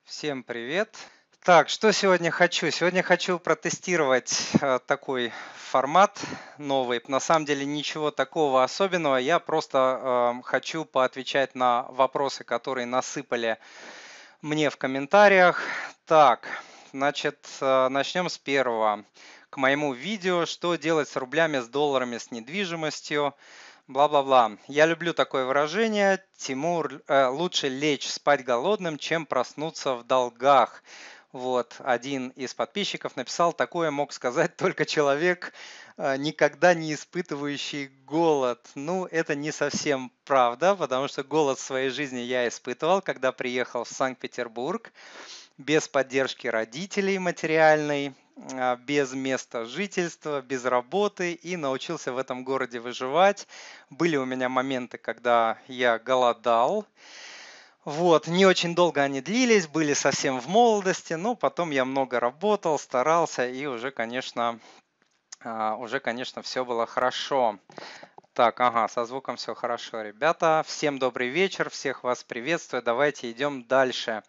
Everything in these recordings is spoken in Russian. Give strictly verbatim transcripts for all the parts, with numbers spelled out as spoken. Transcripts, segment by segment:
Всем привет! Так, что сегодня хочу? Сегодня хочу протестировать э, такой формат новый. На самом деле ничего такого особенного. Я просто э, хочу поотвечать на вопросы, которые насыпали мне в комментариях. Так, значит, э, начнем с первого. К моему видео «Что делать с рублями, с долларами, с недвижимостью?» Бла-бла-бла. Я люблю такое выражение. Тимур, э, лучше лечь спать голодным, чем проснуться в долгах. Вот, один из подписчиков написал, такое мог сказать только человек, э, никогда не испытывающий голод. Ну, это не совсем правда, потому что голод в своей жизни я испытывал, когда приехал в Санкт-Петербург без поддержки родителей материальной, а, без места жительства, без работы и научился в этом городе выживать. Были у меня моменты, когда я голодал. Вот, не очень долго они длились, были совсем в молодости, но потом я много работал, старался и уже, конечно, а, уже, конечно, все было хорошо. Так, ага, со звуком все хорошо, ребята. Всем добрый вечер, всех вас приветствую. Давайте идем дальше.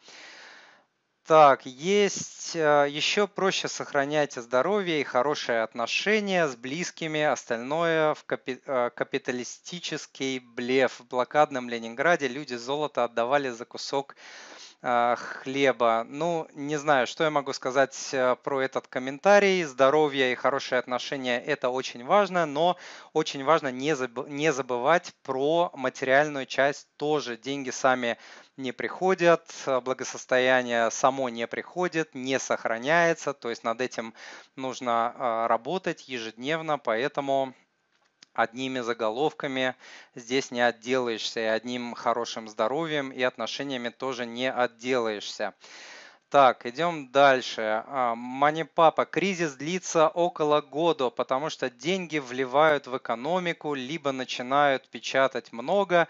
Так, есть э, еще проще сохранять здоровье и хорошие отношения с близкими, остальное в капи- э, капиталистический блеф. В блокадном Ленинграде люди золото отдавали за кусок а, хлеба. Ну, не знаю, что я могу сказать э, про этот комментарий. Здоровье и хорошие отношения– это очень важно, но очень важно не, заб- не забывать про материальную часть тоже. Деньги сами не приходят, э, благосостояние само не приходит, не сохраняется, то есть над этим нужно а, работать ежедневно, поэтому одними заголовками здесь не отделаешься, и одним хорошим здоровьем и отношениями тоже не отделаешься. Так, идем дальше. А, Манипапа, кризис длится около года, потому что деньги вливают в экономику, либо начинают печатать много,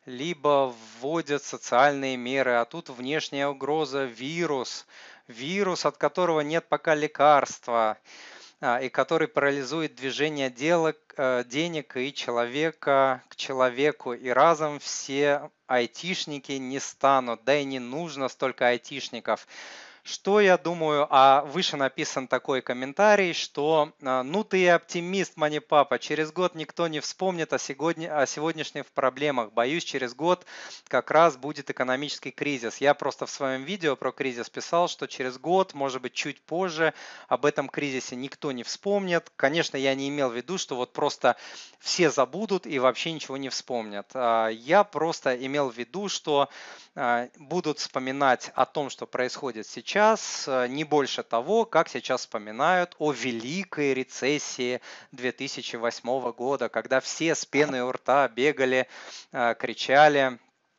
либо вводят социальные меры. А тут внешняя угроза– вирус. Вирус, от которого нет пока лекарства а, и который парализует движение дела, э, денег и человека к человеку. И разом все айтишники не станут, да и не нужно столько айтишников. Что я думаю, а выше написан такой комментарий, что а, ну ты и оптимист, Манипапа, через год никто не вспомнит о, сегодня, о сегодняшних проблемах. Боюсь, через год как раз будет экономический кризис. Я просто в своем видео про кризис писал, что через год, может быть чуть позже, об этом кризисе никто не вспомнит. Конечно, я не имел в виду, что вот просто все забудут и вообще ничего не вспомнят. А, Я просто имел в виду, что а, будут вспоминать о том, что происходит сейчас, а, не больше того, как сейчас вспоминают о великой рецессии две тысячи восьмого года, когда все с пеной у рта бегали, а, кричали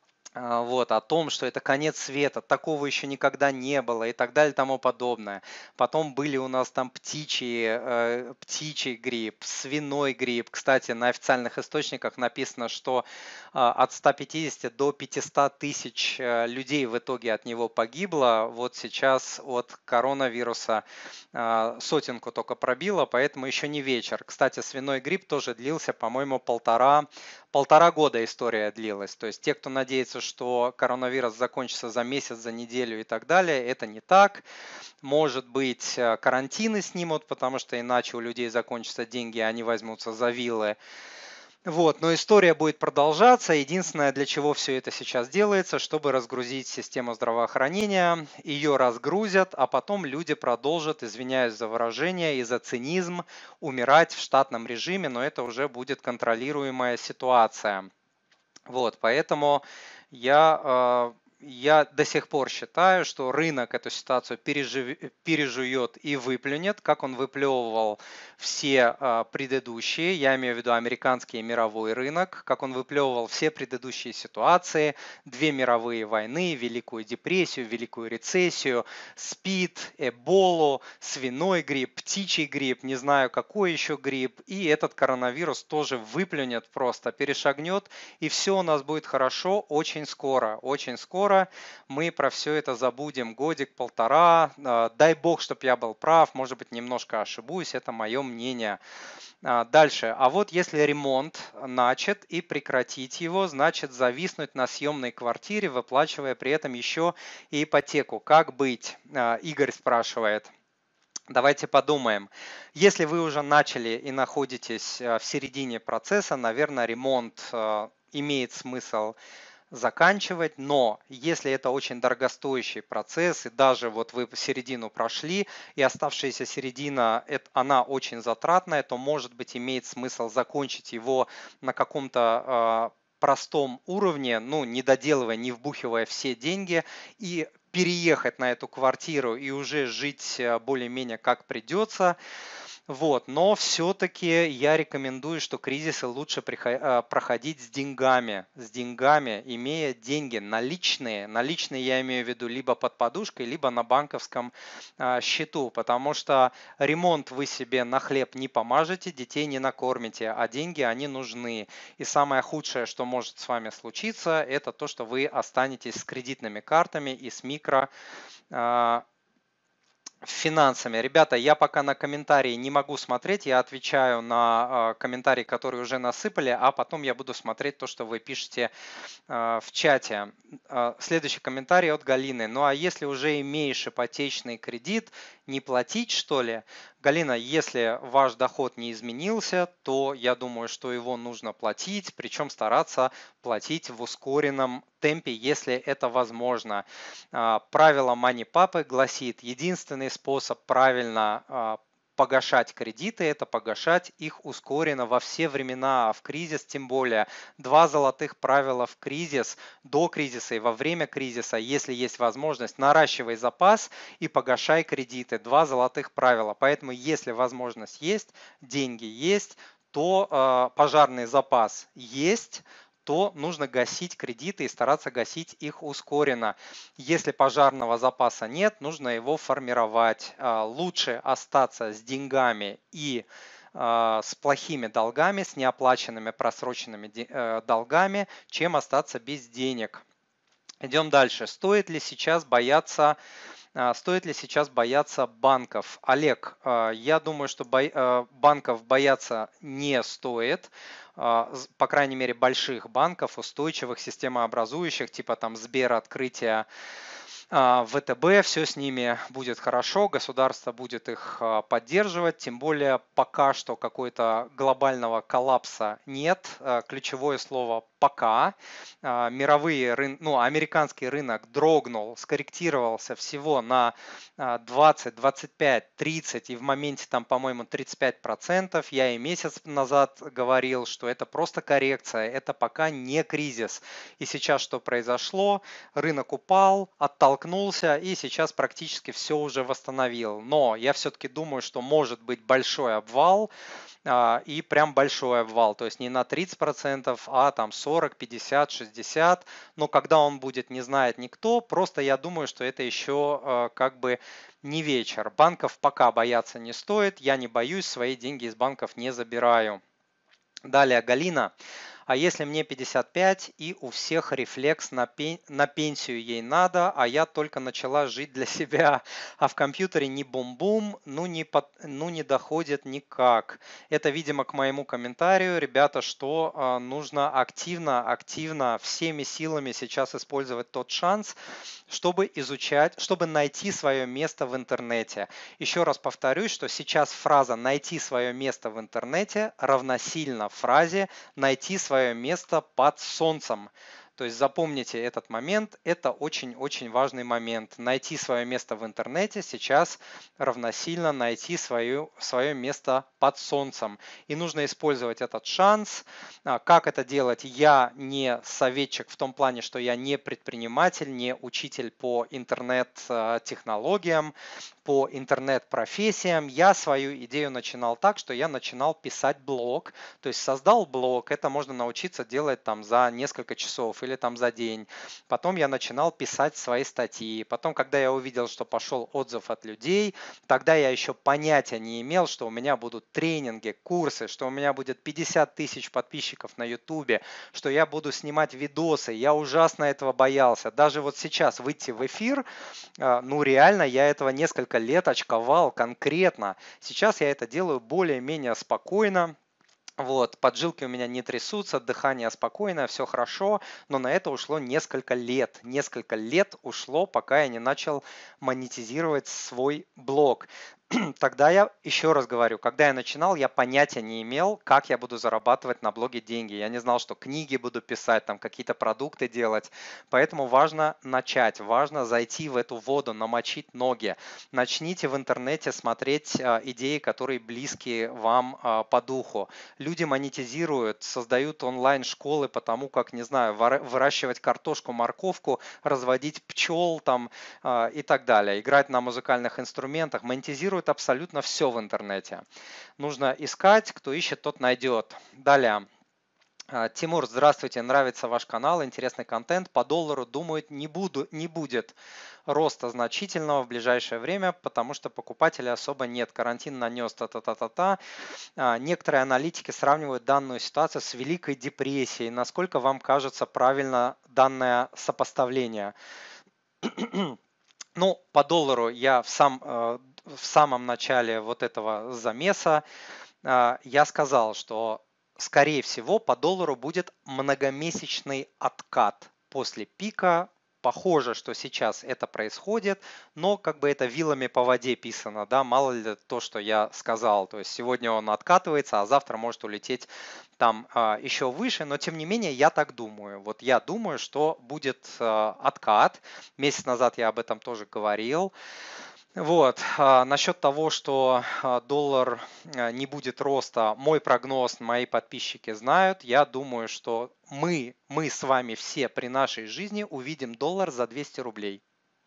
а, вот, о том, что это конец света, такого еще никогда не было и так далее и тому подобное. Потом были у нас там птичьи, э, птичий грипп, свиной грипп. Кстати, на официальных источниках написано, что а, от ста пятидесяти до пятисот тысяч э, людей в итоге от него погибло. Вот сейчас от коронавируса а, сотенку только пробило, поэтому еще не вечер. Кстати, свиной грипп тоже длился, по-моему, полтора полтора года история длилась. То есть те, кто надеется, что коронавирус закончится за месяц, за неделю и так далее, это не так. Может быть, э, карантины снимут, потому что иначе у людей закончатся деньги, они возьмутся за виллы. Вот, но история будет продолжаться. Единственное, для чего все это сейчас делается, чтобы разгрузить систему здравоохранения. Ее разгрузят, а потом люди продолжат, извиняюсь за выражение и за цинизм, умирать в штатном режиме, но это уже будет контролируемая ситуация. Вот, поэтому я, э, я до сих пор считаю, что рынок эту ситуацию пережив- пережует и выплюнет, как он выплевывал все э, предыдущие, я имею в виду американский и мировой рынок, как он выплевывал все предыдущие ситуации, две мировые войны, Великую депрессию, Великую рецессию, СПИД, Эболу, свиной грипп, птичий грипп, не знаю какой еще грипп, и этот коронавирус тоже выплюнет просто, перешагнет, и все у нас будет хорошо очень скоро, очень скоро. скоро мы про все это забудем годик-полтора. А, Дай бог, чтобы я был прав, может быть, немножко ошибусь, это мое мнение. А, Дальше. А вот если ремонт начат и прекратить его, значит зависнуть на съемной квартире, выплачивая при этом еще и ипотеку. Как быть? А, Игорь спрашивает. Давайте подумаем. Если вы уже начали и находитесь э, в середине процесса, наверное, ремонт э, имеет смысл заканчивать, но если это очень дорогостоящий процесс, и даже вот вы середину прошли, и оставшаяся середина, это, она очень затратная, то, может быть, имеет смысл закончить его на каком-то э, простом уровне, ну, не доделывая, не вбухивая все деньги, и переехать на эту квартиру и уже жить э, более-менее как придется. Вот, но все-таки я рекомендую, что кризисы лучше прихо- а, проходить с деньгами, с деньгами, имея деньги наличные. Наличные я имею в виду либо под подушкой, либо на банковском а, счету, потому что ремонт вы себе на хлеб не помажете, детей не накормите, а деньги они нужны. И самое худшее, что может с вами случиться, это то, что вы останетесь с кредитными картами и с микро а, финансами. Ребята, я пока на комментарии не могу смотреть, я отвечаю на э, комментарии, которые уже насыпали, а потом я буду смотреть то, что вы пишете э, в чате. Э, Следующий комментарий от Галины. Ну а если уже имеешь ипотечный кредит, не платить что ли? Галина, если ваш доход не изменился, то я думаю, что его нужно платить, причем стараться платить в ускоренном темпе, если это возможно. А, Правило Мани Папы гласит, единственный способ правильно а, погашать кредиты – это погашать их ускоренно во все времена, а в кризис тем более. Два золотых правила в кризис, до кризиса и во время кризиса, если есть возможность, наращивай запас и погашай кредиты. Два золотых правила. Поэтому, если возможность есть, деньги есть, то э, пожарный запас есть, то нужно гасить кредиты и стараться гасить их ускоренно. Если пожарного запаса нет, нужно его формировать. А, Лучше остаться с деньгами и а, с плохими долгами, с неоплаченными просроченными де- э, долгами, чем остаться без денег. Идем дальше. Стоит ли сейчас бояться а, Стоит ли сейчас бояться банков? Олег, а, я думаю, что бо- а, банков бояться не стоит, а, з- по крайней мере больших банков, устойчивых, системообразующих, типа там Сбера, Открытия, а, ВТБ, все с ними будет хорошо, государство будет их а, поддерживать, тем более пока что какой-то глобального коллапса нет. А, Ключевое слово пока. А, Мировые рын... ну, американский рынок дрогнул, скорректировался всего на а, двадцать, двадцать пять, тридцать и в моменте там, по-моему, тридцать пять процентов. Я и месяц назад говорил, что это просто коррекция, это пока не кризис. И сейчас что произошло? Рынок упал, оттолкнулся и сейчас практически все уже восстановил. Но я все-таки думаю, что может быть большой обвал а, и прям большой обвал. То есть не на тридцать процентов, а там сорок, пятьдесят, шестьдесят. Но когда он будет, не знает никто. Просто я думаю, что это еще а, как бы не вечер. Банков пока бояться не стоит. Я не боюсь, свои деньги из банков не забираю. Далее, Галина. А если мне пятьдесят пять и у всех рефлекс на, пен- на пенсию ей надо, а я только начала жить для себя, а в компьютере ни бум-бум, ну не, под- ну не доходит никак. Это, видимо, к моему комментарию, ребята, что а, нужно активно, активно всеми силами сейчас использовать тот шанс, чтобы изучать, чтобы найти свое место в интернете. Еще раз повторюсь, что сейчас фраза «найти свое место в интернете» равносильно фразе «найти свое место под солнцем». То есть запомните этот момент, это очень-очень важный момент. Найти свое место в интернете сейчас равносильно найти свое, свое место под солнцем. И нужно использовать этот шанс. А, Как это делать? Я не советчик в том плане, что я не предприниматель, не учитель по интернет-технологиям, по интернет-профессиям. Я свою идею начинал так, что я начинал писать блог. То есть создал блог, это можно научиться делать там за несколько часов или там за день. Потом я начинал писать свои статьи. Потом, когда я увидел, что пошел отзыв от людей, тогда я еще понятия не имел, что у меня будут тренинги, курсы, что у меня будет пятьдесят тысяч подписчиков на ютубе, что я буду снимать видосы. Я ужасно этого боялся. Даже вот сейчас выйти в эфир, а, ну реально я этого несколько лет очковал конкретно. Сейчас я это делаю более-менее спокойно. Вот, поджилки у меня не трясутся, дыхание спокойное, все хорошо, но на это ушло несколько лет. Несколько лет ушло, пока я не начал монетизировать свой блог. Тогда я, еще раз говорю, когда я начинал, я понятия не имел, как я буду зарабатывать на блоге деньги. Я не знал, что книги буду писать, там какие-то продукты делать. Поэтому важно начать, важно зайти в эту воду, намочить ноги. Начните в интернете смотреть а, идеи, которые близки вам а, по духу. Люди монетизируют, создают онлайн-школы по тому, как, не знаю, вора- выращивать картошку, морковку, разводить пчел там а, и так далее, играть на музыкальных инструментах, монетизируют абсолютно все в интернете. Нужно искать, кто ищет, тот найдет. Далее. А, Тимур, здравствуйте, нравится ваш канал, интересный контент. По доллару, думаю, не, буду, не будет роста значительного в ближайшее время, потому что покупателей особо нет. Карантин нанес та-та-та-та-та. А, Некоторые аналитики сравнивают данную ситуацию с Великой депрессией. Насколько вам кажется правильно данное сопоставление? Ну, по доллару я в, сам, э, в самом начале вот этого замеса э, я сказал, что скорее всего по доллару будет многомесячный откат после пика. Похоже, что сейчас это происходит, но как бы это вилами по воде писано, да, мало ли то, что я сказал. То есть сегодня он откатывается, а завтра может улететь там а, еще выше, но тем не менее я так думаю. Вот я думаю, что будет а, откат. Месяц назад я об этом тоже говорил. Вот. А, насчет того, что а, доллар а, не будет роста, мой прогноз, мои подписчики знают. Я думаю, что мы, мы с вами все при нашей жизни увидим доллар за двести рублей.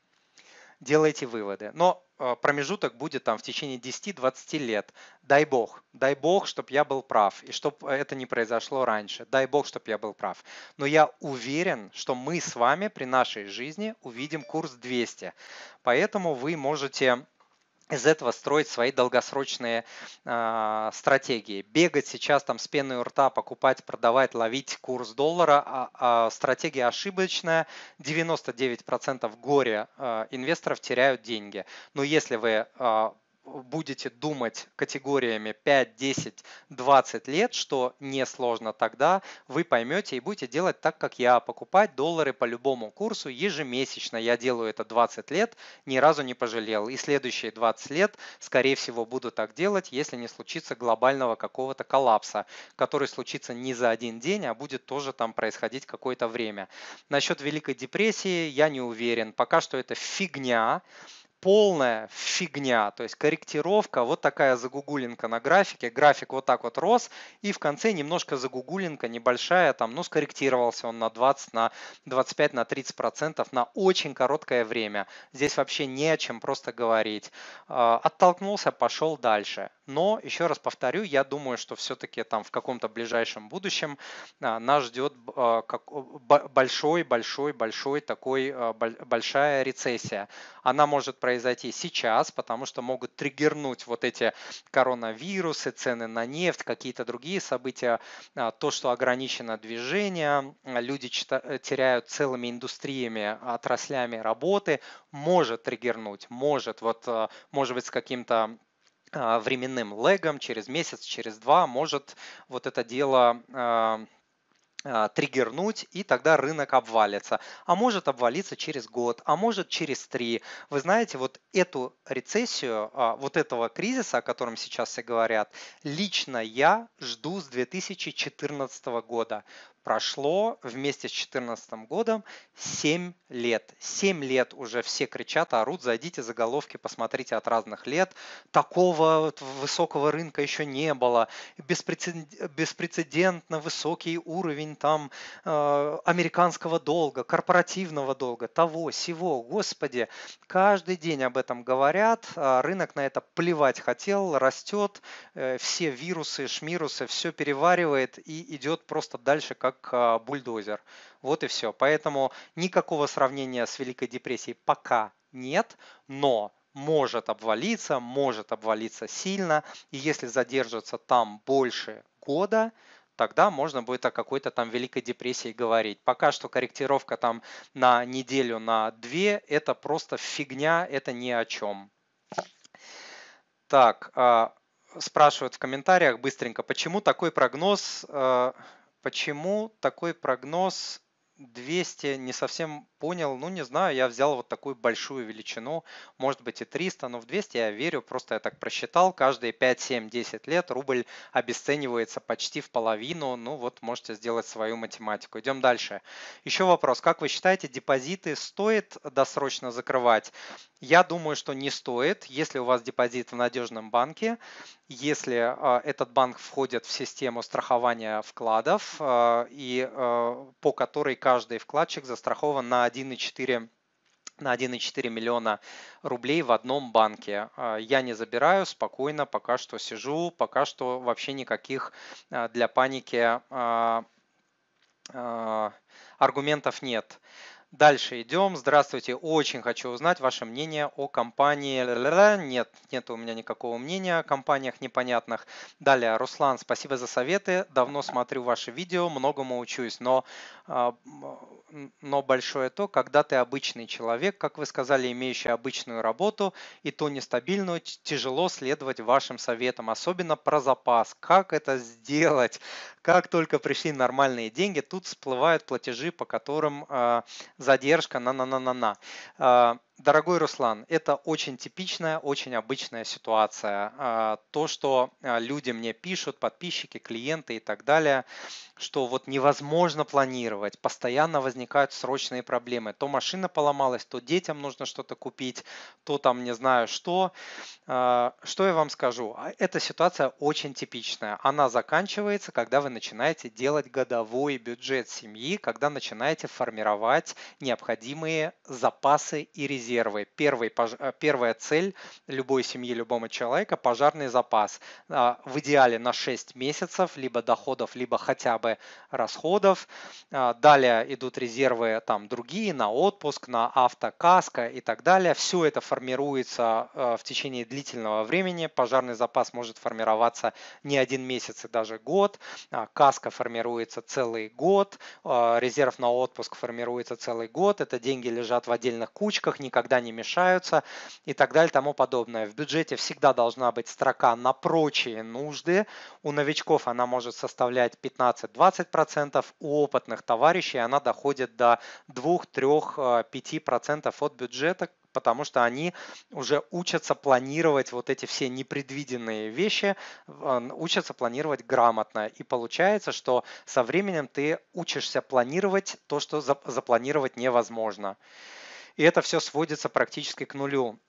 Делайте выводы. Но э, промежуток будет там в течение десяти-двадцати лет. Дай бог, дай бог, чтобы я был прав, и чтобы это не произошло раньше. Дай бог, чтобы я был прав. Но я уверен, что мы с вами при нашей жизни увидим курс двести. Поэтому вы можете из этого строить свои долгосрочные э, стратегии. Бегать сейчас там с пеной у рта, покупать, продавать, ловить курс доллара, а, а стратегия ошибочная, девяносто девять процентов горе э, инвесторов теряют деньги. Но если вы э, будете думать категориями пять, десять, двадцать лет, что несложно, тогда вы поймете и будете делать так, как я, покупать доллары по любому курсу ежемесячно. Я делаю это двадцать лет, ни разу не пожалел. И следующие двадцать лет, скорее всего, буду так делать, если не случится глобального какого-то коллапса, который случится не за один день, а будет тоже там происходить какое-то время. Насчет Великой депрессии я не уверен. Пока что это фигня. Полная фигня, то есть корректировка, вот такая загугулинка на графике, график вот так вот рос, и в конце немножко загугулинка небольшая, там, ну, скорректировался он на двадцать, на двадцать пять, на тридцать процентов на очень короткое время. Здесь вообще не о чем просто говорить. А, Оттолкнулся, пошел дальше. Но, еще раз повторю, я думаю, что все-таки там в каком-то ближайшем будущем а, нас ждет большой-большой-большой такой а, боль- большая рецессия. Она может произойти сейчас, потому что могут триггернуть вот эти коронавирусы, цены на нефть, какие-то другие события, а, то, что ограничено движение, а, люди чита- теряют целыми индустриями, отраслями работы, может триггернуть, может, вот, а, может быть, с каким-то а, временным лэгом, через месяц, через два, может вот это дело а, а, триггернуть, и тогда рынок обвалится. А может обвалиться через год, а может через три. Вы знаете, вот эту рецессию, а, вот этого кризиса, о котором сейчас все говорят, лично я жду с две тысячи четырнадцатого года. Прошло вместе с две тысячи четырнадцатым годом семь лет. семь лет уже все кричат, орут, зайдите заголовки, посмотрите от разных лет. Такого вот высокого рынка еще не было. Беспрецедент- беспрецедентно высокий уровень там э, американского долга, корпоративного долга, того, сего. Господи, каждый день об этом говорят, а рынок на это плевать хотел, растет, э, все вирусы, шмирусы, все переваривает и идет просто дальше, как как а, бульдозер. Вот и все. Поэтому никакого сравнения с Великой депрессией пока нет, но может обвалиться, может обвалиться сильно. И если задержится там больше года, тогда можно будет о какой-то там Великой депрессии говорить. Пока что корректировка там на неделю, на две, это просто фигня, это ни о чем. Так, а, спрашивают в комментариях быстренько, почему такой прогноз, а, почему такой прогноз двести, не совсем понял, ну не знаю, я взял вот такую большую величину, может быть и триста, но в двести я верю, просто я так просчитал, каждые пять, семь, десять лет рубль обесценивается почти в половину, ну вот можете сделать свою математику. Идем дальше. Еще вопрос, как вы считаете, депозиты стоит досрочно закрывать? Я думаю, что не стоит, если у вас депозит в надежном банке, если э, этот банк входит в систему страхования вкладов, э, и э, по которой каждый вкладчик застрахован на один и четыре на один и четыре миллиона рублей в одном банке. Э, Я не забираю, спокойно пока что сижу, пока что вообще никаких э, для паники э, э, аргументов нет. Дальше идем. Здравствуйте. Очень хочу узнать ваше мнение о компании. Ля-ля-ля. Нет, нет у меня никакого мнения о компаниях непонятных. Далее, Руслан, спасибо за советы. Давно смотрю ваши видео, многому учусь. Но, а, м, но большое то, когда ты обычный человек, как вы сказали, имеющий обычную работу, и то нестабильную, т- тяжело следовать вашим советам, особенно про запас. Как это сделать? Как только пришли нормальные деньги, тут всплывают платежи, по которым а, задержка, на-на-на-на-на. А, Дорогой Руслан, это очень типичная, очень обычная ситуация. А, То, что а, люди мне пишут, подписчики, клиенты и так далее, что вот невозможно планировать, постоянно возникают срочные проблемы. То машина поломалась, то детям нужно что-то купить, то там не знаю что. А, Что я вам скажу? А, Эта ситуация очень типичная. Она заканчивается, когда вы начинаете делать годовой бюджет семьи, когда начинаете формировать необходимые запасы и резервы. Первый, пож- э, первая цель любой семьи, любого человека – пожарный запас. А, В идеале на шесть месяцев, либо доходов, либо хотя бы расходов. А, Далее идут резервы там другие на отпуск, на авто, каско и так далее. Все это формируется э, в течение длительного времени. Пожарный запас может формироваться не один месяц и даже год. А, Каска формируется целый год. а, Резерв на отпуск формируется целый год. Это деньги лежат в отдельных кучках, никогда не мешаются и так далее и тому подобное. В бюджете всегда должна быть строка на прочие нужды. У новичков она может составлять пятнадцать-двадцать процентов, у опытных товарищей она доходит до два-три-пять процентов от бюджета, потому что они уже учатся планировать вот эти все непредвиденные вещи, э, учатся планировать грамотно. И получается, что со временем ты учишься планировать то, что за- запланировать невозможно. И это все сводится практически к нулю.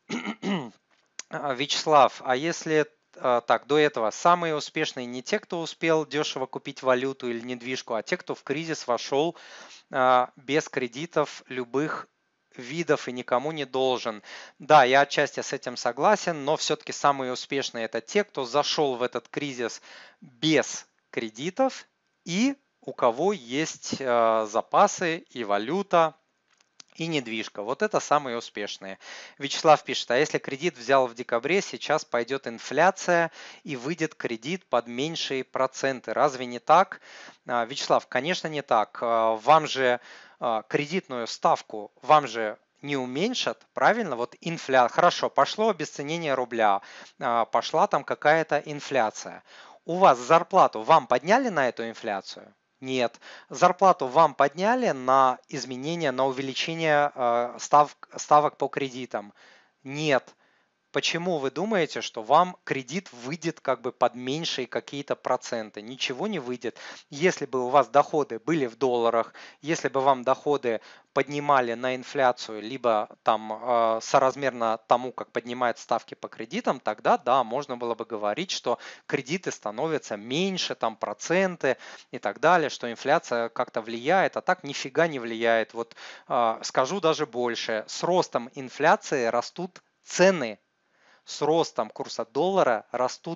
А, Вячеслав, а если а, так, до этого самые успешные не те, кто успел дешево купить валюту или недвижку, а те, кто в кризис вошел а, без кредитов любых видов и никому не должен. Да, я отчасти с этим согласен, но все-таки самые успешные это те, кто зашел в этот кризис без кредитов и у кого есть а, запасы и валюта, и недвижка. Вот это самые успешные. Вячеслав пишет, а если кредит взял в декабре, сейчас пойдет инфляция и выйдет кредит под меньшие проценты. Разве не так? А, Вячеслав, конечно не так. А, Вам же а, кредитную ставку, вам же не уменьшат, правильно? Вот инфля... Хорошо, пошло обесценение рубля, а, пошла там какая-то инфляция. У вас зарплату вам подняли на эту инфляцию? Нет. Зарплату вам подняли на изменения, на увеличение э, став- ставок по кредитам? Нет. Почему вы думаете, что вам кредит выйдет как бы под меньшие какие-то проценты? Ничего не выйдет. Если бы у вас доходы были в долларах, если бы вам доходы поднимали на инфляцию, либо там э, соразмерно тому, как поднимают ставки по кредитам, тогда да, можно было бы говорить, что кредиты становятся меньше, там проценты и так далее, что инфляция как-то влияет, а так нифига не влияет. Вот э, скажу даже больше, с ростом инфляции растут цены, с ростом курса доллара растут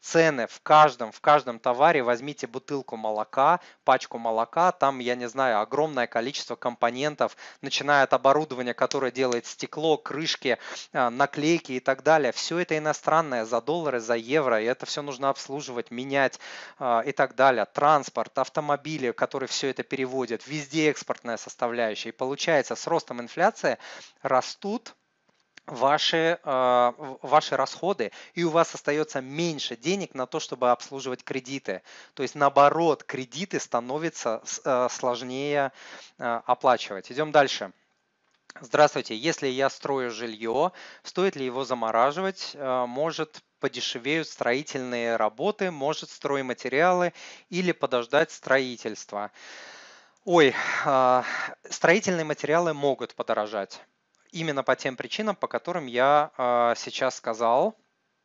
цены в каждом, в каждом товаре, возьмите бутылку молока, пачку молока, там, я не знаю, огромное количество компонентов, начиная от оборудования, которое делает стекло, крышки, а, наклейки и так далее. Все это иностранное за доллары, за евро, и это все нужно обслуживать, менять а, и так далее. Транспорт, автомобили, которые все это переводят, везде экспортная составляющая. И получается, с ростом инфляции растут ваши, а, ваши расходы, и у вас остается меньше денег на то, чтобы обслуживать кредиты. То есть наоборот, кредиты становятся а, сложнее а, оплачивать. Идем дальше. Здравствуйте, если я строю жилье, стоит ли его замораживать? А, Может подешевеют строительные работы, может стройматериалы или подождать строительства? Ой, а, строительные материалы могут подорожать. Именно по тем причинам, по которым я а, сейчас сказал.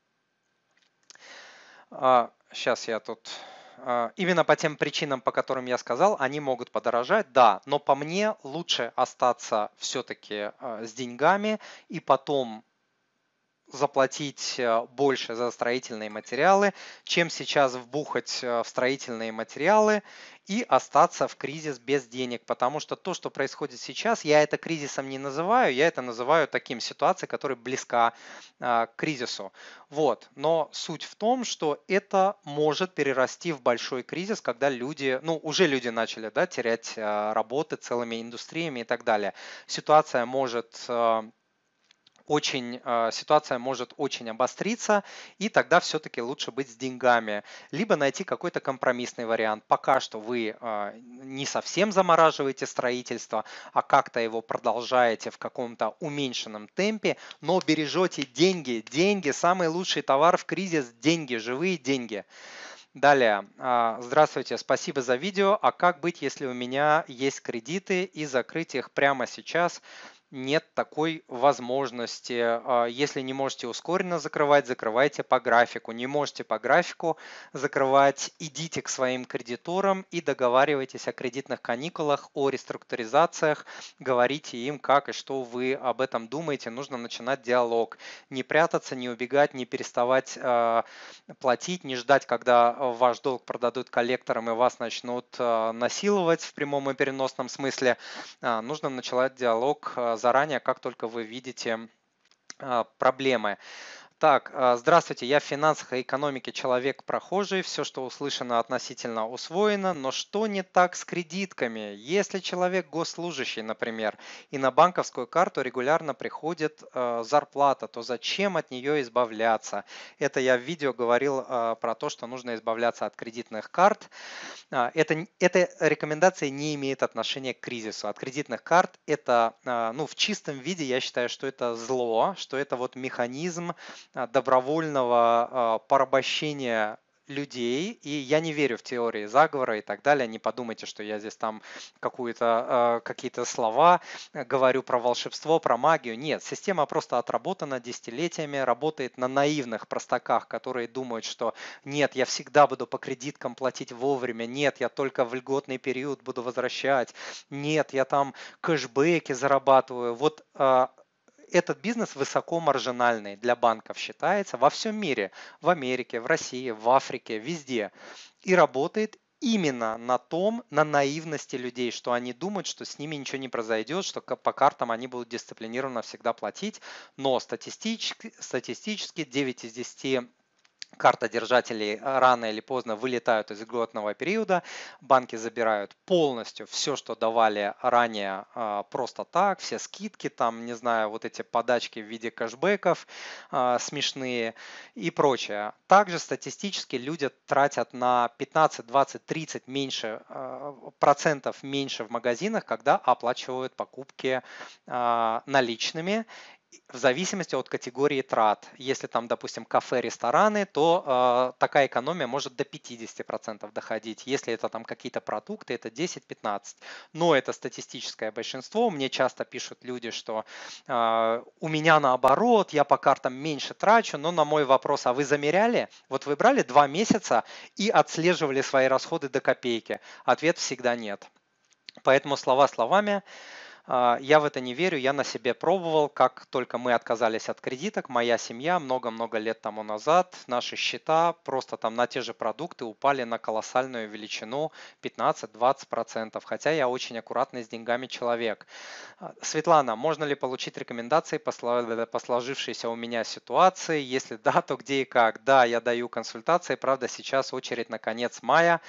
А, Сейчас я тут... а, Именно по тем причинам, по которым я сказал, они могут подорожать, да, но по мне лучше остаться все-таки с деньгами и потом заплатить э, больше за строительные материалы, чем сейчас вбухать э, в строительные материалы и остаться в кризис без денег. Потому что то, что происходит сейчас, я это кризисом не называю, я это называю таким ситуацией, которая близка а, к кризису. Вот. Но суть в том, что это может перерасти в большой кризис, когда люди, ну уже люди начали, да, терять а, работы целыми индустриями и так далее. Ситуация может а, очень, э, ситуация может очень обостриться, и тогда все-таки лучше быть с деньгами, либо найти какой-то компромиссный вариант. Пока что вы э, не совсем замораживаете строительство, а как-то его продолжаете в каком-то уменьшенном темпе, но бережете деньги. Деньги – самый лучший товар в кризис – деньги, живые деньги. Далее. а, Здравствуйте, спасибо за видео. А как быть, если у меня есть кредиты и закрыть их прямо сейчас? Нет такой возможности. А, Если не можете ускоренно закрывать, закрывайте по графику. Не можете по графику закрывать, идите к своим кредиторам и договаривайтесь о кредитных каникулах, о реструктуризациях, говорите им, как и что вы об этом думаете. Нужно начинать диалог. Не прятаться, не убегать, не переставать а, платить, не ждать, когда ваш долг продадут коллекторам и вас начнут а, насиловать в прямом и переносном смысле. А, Нужно начинать диалог а, заранее, как только вы видите а, проблемы. Так, а, здравствуйте, я в финансах и экономике человек прохожий, все, что услышано, относительно усвоено, но что не так с кредитками? Если человек госслужащий, например, и на банковскую карту регулярно приходит э, зарплата, то зачем от нее избавляться? Это я в видео говорил э, про то, что нужно избавляться от кредитных карт. А, Это, н- эта рекомендация не имеет отношения к кризису. От кредитных карт это, а, ну, в чистом виде я считаю, что это зло, что это вот механизм а, добровольного а, порабощения людей, и я не верю в теории заговора и так далее. Не подумайте, что я здесь там какую-то, а, какие-то слова э, говорю про волшебство, про магию. Нет, система просто отработана десятилетиями, работает на наивных простаках, которые думают, что нет, я всегда буду по кредиткам платить вовремя, нет, я только в льготный период буду возвращать, нет, я там кэшбэки зарабатываю. Вот а, этот бизнес высокомаржинальный для банков считается во всем мире, в Америке, в России, в Африке, везде. И работает именно на том, на наивности людей, что они думают, что с ними ничего не произойдет, что по картам они будут дисциплинированно всегда платить, но статистически, статистически девять из десяти картодержателей рано или поздно вылетают из льготного периода, банки забирают полностью все, что давали ранее а, просто так, все скидки, там, не знаю, вот эти подачки в виде кэшбэков а, смешные и прочее. Также статистически люди тратят на пятнадцать, двадцать, тридцать меньше, а, процентов меньше в магазинах, когда оплачивают покупки а, наличными, в зависимости от категории трат. Если там, допустим, кафе, рестораны, то э, такая экономия может до пятидесяти процентов доходить. Если это там какие-то продукты, это десять-пятнадцать. Но это статистическое большинство. Мне часто пишут люди, что э, у меня наоборот, я по картам меньше трачу, но на мой вопрос, а вы замеряли? Вот вы брали два месяца и отслеживали свои расходы до копейки? Ответ всегда нет. Поэтому слова словами. А, Я в это не верю, я на себе пробовал, как только мы отказались от кредиток, моя семья много-много лет тому назад, наши счета просто там на те же продукты упали на колоссальную величину пятнадцать-двадцать процентов, хотя я очень аккуратный с деньгами человек. А, Светлана, можно ли получить рекомендации по сло- по сложившейся у меня ситуации? Если да, то где и как? Да, я даю консультации, правда, сейчас очередь на конец мая,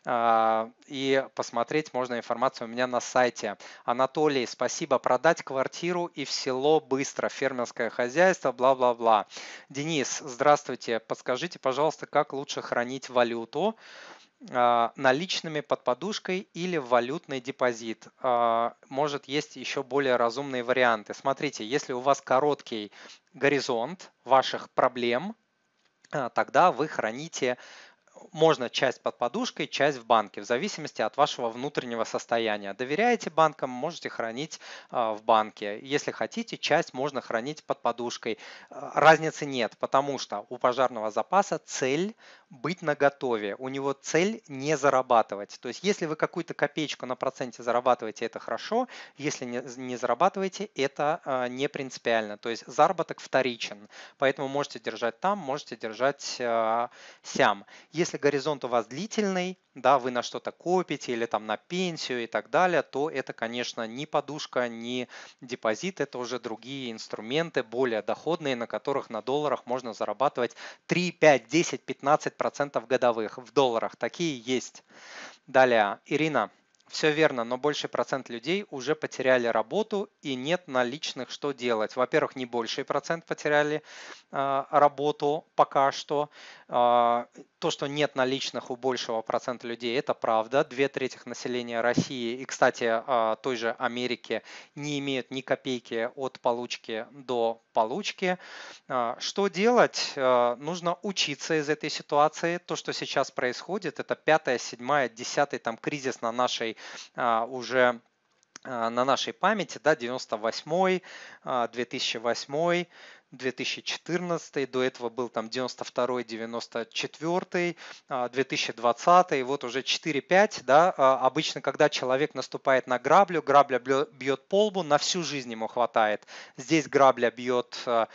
а, и посмотреть можно информацию у меня на сайте. Анатолий, спасибо, продать квартиру и в село быстро, фермерское хозяйство, бла-бла-бла. Денис, здравствуйте, подскажите, пожалуйста, как лучше хранить валюту? А, наличными под подушкой или валютный депозит. А, Может, есть еще более разумные варианты. Смотрите, если у вас короткий горизонт ваших проблем, а, тогда вы храните, можно часть под подушкой, часть в банке, в зависимости от вашего внутреннего состояния. Доверяете банкам, можете хранить а, в банке. Если хотите, часть можно хранить под подушкой. А, Разницы нет, потому что у пожарного запаса цель быть наготове. У него цель не зарабатывать. То есть, если вы какую-то копеечку на проценте зарабатываете, это хорошо. Если не, не зарабатываете, это а, не принципиально. То есть, заработок вторичен. Поэтому можете держать там, можете держать а, сям. Если горизонт у вас длительный, да, вы на что-то копите или там на пенсию и так далее, то это, конечно, ни подушка, ни депозит, это уже другие инструменты, более доходные, на которых на долларах можно зарабатывать три, пять, десять, пятнадцать процентов годовых в долларах. Такие есть. Далее, Ирина, все верно, но больший процент людей уже потеряли работу и нет наличных, что делать. Во-первых, не больший процент потеряли а, работу пока что. А, То, что нет наличных у большего процента людей, это правда. Две трети населения России и, кстати, а, той же Америки не имеют ни копейки от получки до получки. А, Что делать? А, Нужно учиться из этой ситуации. То, что сейчас происходит, это пятая, седьмая, десятый там кризис на нашей а, уже а, на нашей памяти, да, девяносто восьмой, а, две тысячи восьмой, две тысячи четырнадцатый, до этого был там девяносто второй, девяносто четвёртый, а, две тысячи двадцатый, вот уже четыре-пять, да, а, обычно, когда человек наступает на граблю, грабля блё- бьет по лбу, на всю жизнь ему хватает. Здесь грабля бьет а,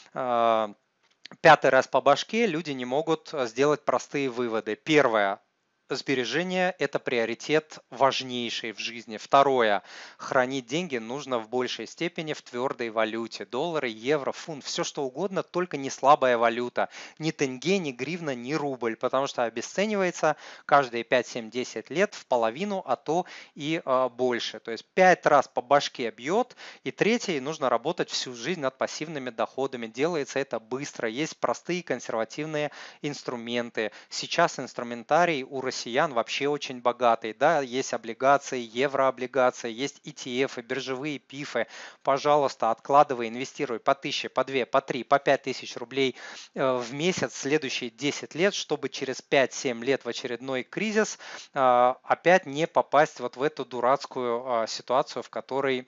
а, пятый раз по башке, люди не могут а, сделать простые выводы. Первое. Сбережение– это приоритет важнейший в жизни. Второе. Хранить деньги нужно в большей степени в твердой валюте. Доллары, евро, фунт, все что угодно, только не слабая валюта. Ни тенге, ни гривна, ни рубль, потому что обесценивается каждые пять, семь, десять лет в половину, а то и а, больше. То есть пять раз по башке бьет. И третье, нужно работать всю жизнь над пассивными доходами. Делается это быстро. Есть простые консервативные инструменты. Сейчас инструментарий у россиян вообще очень богатый. Да? Есть облигации, еврооблигации, есть и ти эф, биржевые пифы. Пожалуйста, откладывай, инвестируй по тысяче, по две, по три, по пять тысяч рублей э, в месяц следующие десять лет, чтобы через пять-семь лет в очередной кризис э, опять не попасть вот в эту дурацкую э, ситуацию, в которой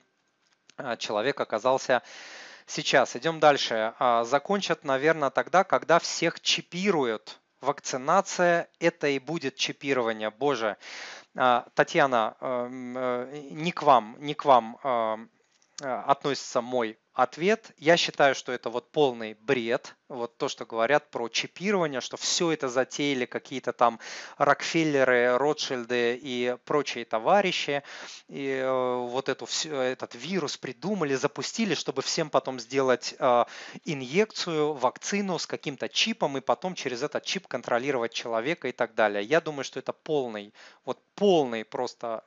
э, человек оказался сейчас. Идем дальше. А, Закончат, наверное, тогда, когда всех чипируют. Вакцинация– это и будет чипирование. Боже, А, Татьяна, эм, э, не к вам, не к вам эм, э, относится мой ответ. Я считаю, что это вот полный бред. Вот то, что говорят про чипирование, что все это затеяли какие-то там Рокфеллеры, Ротшильды и прочие товарищи. И э, вот эту, всю- этот вирус придумали, запустили, чтобы всем потом сделать э, инъекцию, вакцину с каким-то чипом и потом через этот чип контролировать человека и так далее. Я думаю, что это полный, вот полный просто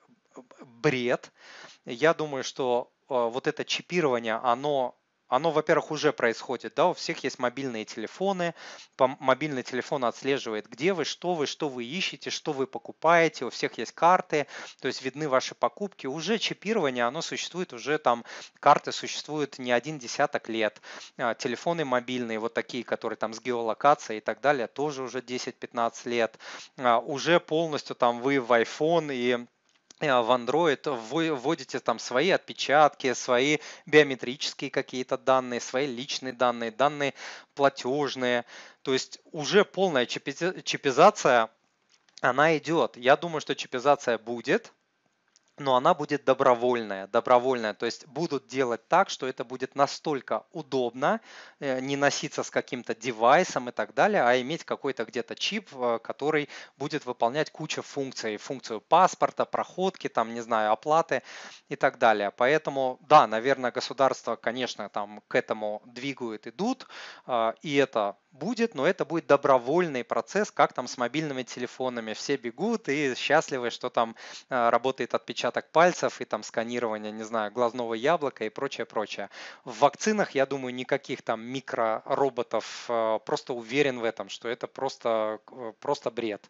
бред. Я думаю, что э, вот это чипирование, оно, оно, во-первых, уже происходит, да, у всех есть мобильные телефоны, Пом- мобильный телефон отслеживает, где вы, что вы, что вы ищете, что вы покупаете, у всех есть карты, то есть видны ваши покупки. Уже чипирование, оно существует, уже там карты существуют не один десяток лет. А, Телефоны мобильные, вот такие, которые там с геолокацией и так далее, тоже уже десять-пятнадцать лет. А, Уже полностью там вы в iPhone и э, в Android вы вводите там свои отпечатки, свои биометрические какие-то данные, свои личные данные, данные платежные. То есть уже полная чипизи- чипизация, она идет. Я думаю, что чипизация будет. но она будет добровольная, добровольная, то есть будут делать так, что это будет настолько удобно, э, не носиться с каким-то девайсом и так далее, а иметь какой-то где-то чип, э, который будет выполнять кучу функций, функцию паспорта, проходки, там, не знаю, оплаты и так далее. Поэтому, да, наверное, государство, конечно, там к этому двигают, идут, э, и это будет, но это будет добровольный процесс, как там с мобильными телефонами. Все бегут и счастливы, что там э, работает отпечаток пальцев и там сканирование, не знаю, глазного яблока и прочее, прочее. В вакцинах, я думаю, никаких там микророботов, э, просто уверен в этом, что это просто, э, просто бред.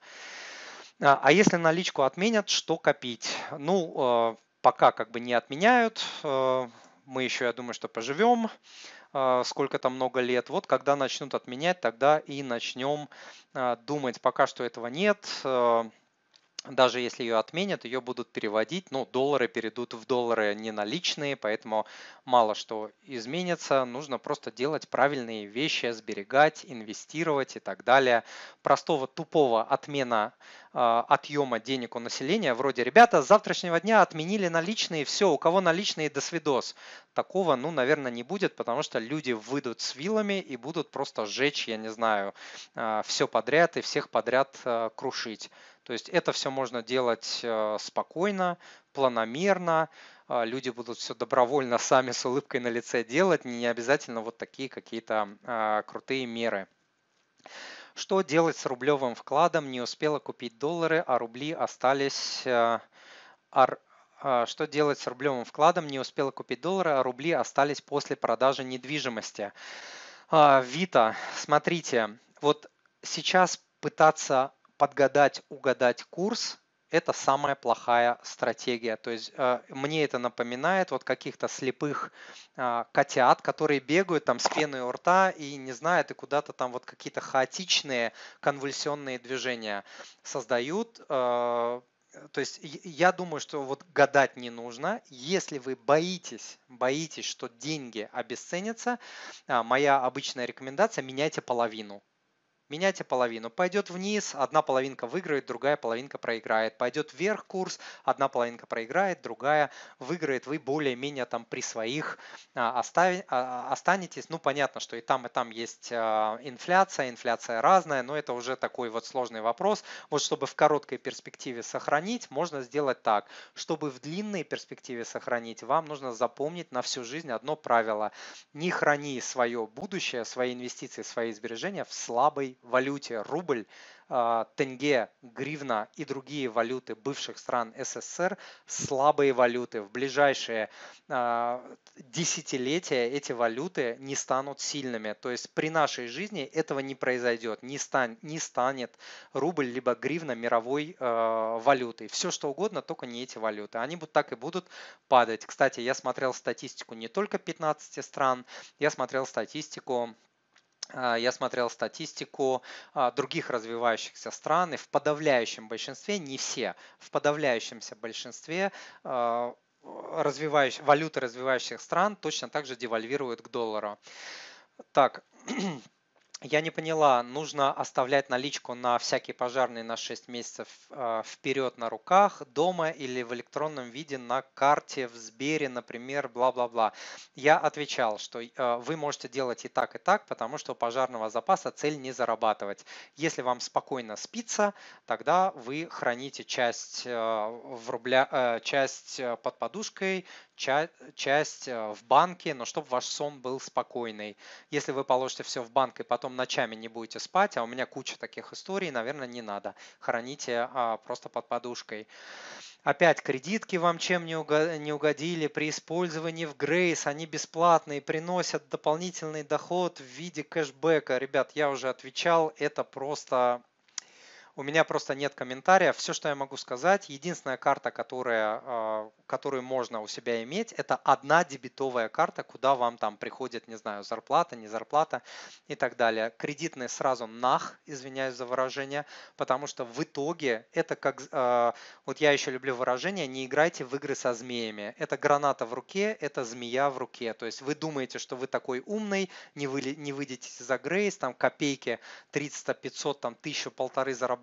А а если наличку отменят, что копить? Ну, э, пока как бы не отменяют, э, мы еще, я думаю, что поживем а, сколько-то много лет. Вот когда начнут отменять, тогда и начнем а, думать. Пока что этого нет. э, Даже если ее отменят, ее будут переводить. Ну, доллары перейдут в доллары не наличные, поэтому мало что изменится. Нужно просто делать правильные вещи, сберегать, инвестировать и так далее. Простого тупого отмена а, отъема денег у населения, вроде, ребята, с завтрашнего дня отменили наличные, все, у кого наличные, до свидос. Такого, ну, наверное, не будет, потому что люди выйдут с вилами и будут просто сжечь, я не знаю, все подряд и всех подряд а, крушить. То есть это все можно делать э, спокойно, планомерно. а, Люди будут все добровольно сами с улыбкой на лице делать, не обязательно вот такие какие-то а, крутые меры. Что делать с рублевым вкладом? Не успела купить доллары, а рубли остались. э, ар- а, Что делать с рублевым вкладом? Не успела купить доллары, а рубли остались после продажи недвижимости. А, Вита, смотрите, вот сейчас пытаться подгадать, угадать курс – это самая плохая стратегия. То есть э, мне это напоминает вот каких-то слепых а, котят, которые бегают там с пеной у рта и не знают, и куда-то там вот какие-то хаотичные конвульсионные движения создают. э, то есть я думаю, что вот гадать не нужно. Если вы боитесь, боитесь, что деньги обесценятся, а, моя обычная рекомендация – меняйте половину. Меняйте половину. Пойдет вниз, одна половинка выиграет, другая половинка проиграет. Пойдет вверх курс, одна половинка проиграет, другая выиграет. Вы более-менее там при своих а, остави- а, останетесь. Ну, понятно, что и там, и там есть а, инфляция. Инфляция разная, но это уже такой вот сложный вопрос. Вот чтобы в короткой перспективе сохранить, можно сделать так. Чтобы в длинной перспективе сохранить, вам нужно запомнить на всю жизнь одно правило. Не храни свое будущее, свои инвестиции, свои сбережения в слабой валюте. Рубль, а, тенге, гривна и другие валюты бывших стран СССР – слабые валюты. В ближайшие а, десятилетия эти валюты не станут сильными. То есть при нашей жизни этого не произойдет. Не, стань, не станет рубль либо гривна мировой э, валютой. Все что угодно, только не эти валюты. Они будут так и будут падать. Кстати, я смотрел статистику не только пятнадцати стран, я смотрел статистику а, я смотрел статистику а, других развивающихся стран, и в подавляющем большинстве, не все, в подавляющемся большинстве а, развивающих, валюты развивающих стран точно так же девальвируют к доллару. Так, я не поняла, нужно оставлять наличку на всякий пожарный на шесть месяцев э, вперед на руках, дома или в электронном виде на карте, в Сбере, например, бла-бла-бла. Я отвечал, что э, вы можете делать и так, и так, потому что у пожарного запаса цель не зарабатывать. Если вам спокойно спится, тогда вы храните часть, э, в рубля, э, часть э, под подушкой, ча- часть э, в банке, но чтобы ваш сон был спокойный. Если вы положите все в банк и потом ночами не будете спать, а у меня куча таких историй, наверное, не надо. Храните а, просто под подушкой. Опять кредитки вам чем не угодили при использовании в Grace, они бесплатные, приносят дополнительный доход в виде кэшбэка. Ребят, я уже отвечал, это просто у меня просто нет комментариев. Все, что я могу сказать, единственная карта, которая, а, которую можно у себя иметь, это одна дебетовая карта, куда вам там приходит, не знаю, зарплата, не зарплата и так далее. Кредитные сразу нах, извиняюсь за выражение, потому что в итоге это как, а, вот я еще люблю выражение, не играйте в игры со змеями. Это граната в руке, это змея в руке. То есть вы думаете, что вы такой умный, не, вы, не выйдете за Грейс, там копейки триста, пятьсот, там тысячу, полторы зарабатываете,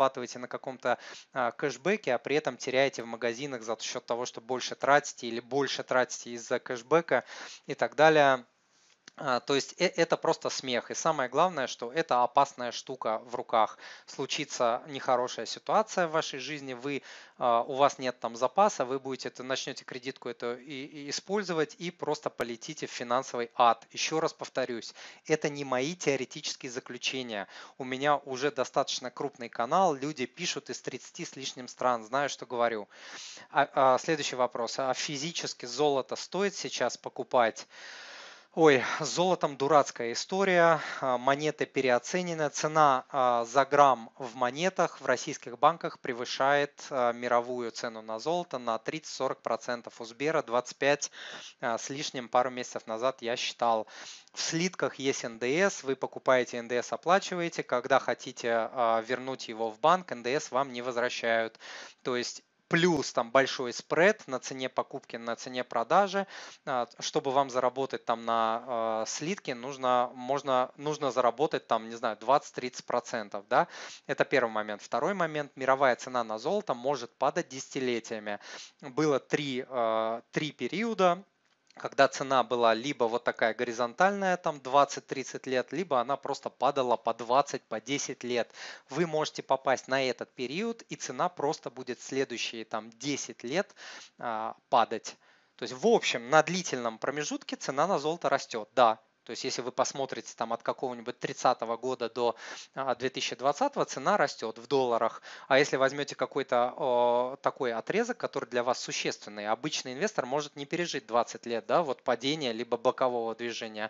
зарабатываете на каком-то а, кэшбэке, а при этом теряете в магазинах за счет того, что больше тратите или больше тратите из-за кэшбэка и так далее. А, То есть э- это просто смех. И самое главное, что это опасная штука в руках. Случится нехорошая ситуация в вашей жизни, вы, а, у вас нет там запаса, вы будете это, начнете кредитку эту и- и использовать и просто полетите в финансовый ад. Еще раз повторюсь, это не мои теоретические заключения. У меня уже достаточно крупный канал, люди пишут из тридцати с лишним стран, знаю, что говорю. А- а, следующий вопрос. А физически золото стоит сейчас покупать? Ой, с золотом дурацкая история, а, монеты переоценены, цена а, за грамм в монетах в российских банках превышает а, мировую цену на золото на тридцать-сорок процентов. У Сбера двадцать пять а, с лишним пару месяцев назад я считал. В слитках есть эн дэ эс, вы покупаете эн дэ эс, оплачиваете, когда хотите а, вернуть его в банк, эн дэ эс вам не возвращают. То есть плюс там большой спред на цене покупки, на цене продажи. А, Чтобы вам заработать там на э, слитке, нужно, можно, нужно заработать там, не знаю, двадцать-тридцать процентов, да? Это первый момент. Второй момент, мировая цена на золото может падать десятилетиями. Было три, э, три периода, когда цена была либо вот такая горизонтальная, там двадцать-тридцать лет, либо она просто падала по двадцать, по десять лет. Вы можете попасть на этот период, и цена просто будет следующие там десять лет а, падать. То есть в общем на длительном промежутке цена на золото растет, да. То есть если вы посмотрите там от какого-нибудь тридцатого года до а, две тысячи двадцатого, цена растет в долларах. А если возьмете какой-то о, такой отрезок, который для вас существенный, обычный инвестор может не пережить двадцать лет, да, вот падения либо бокового движения,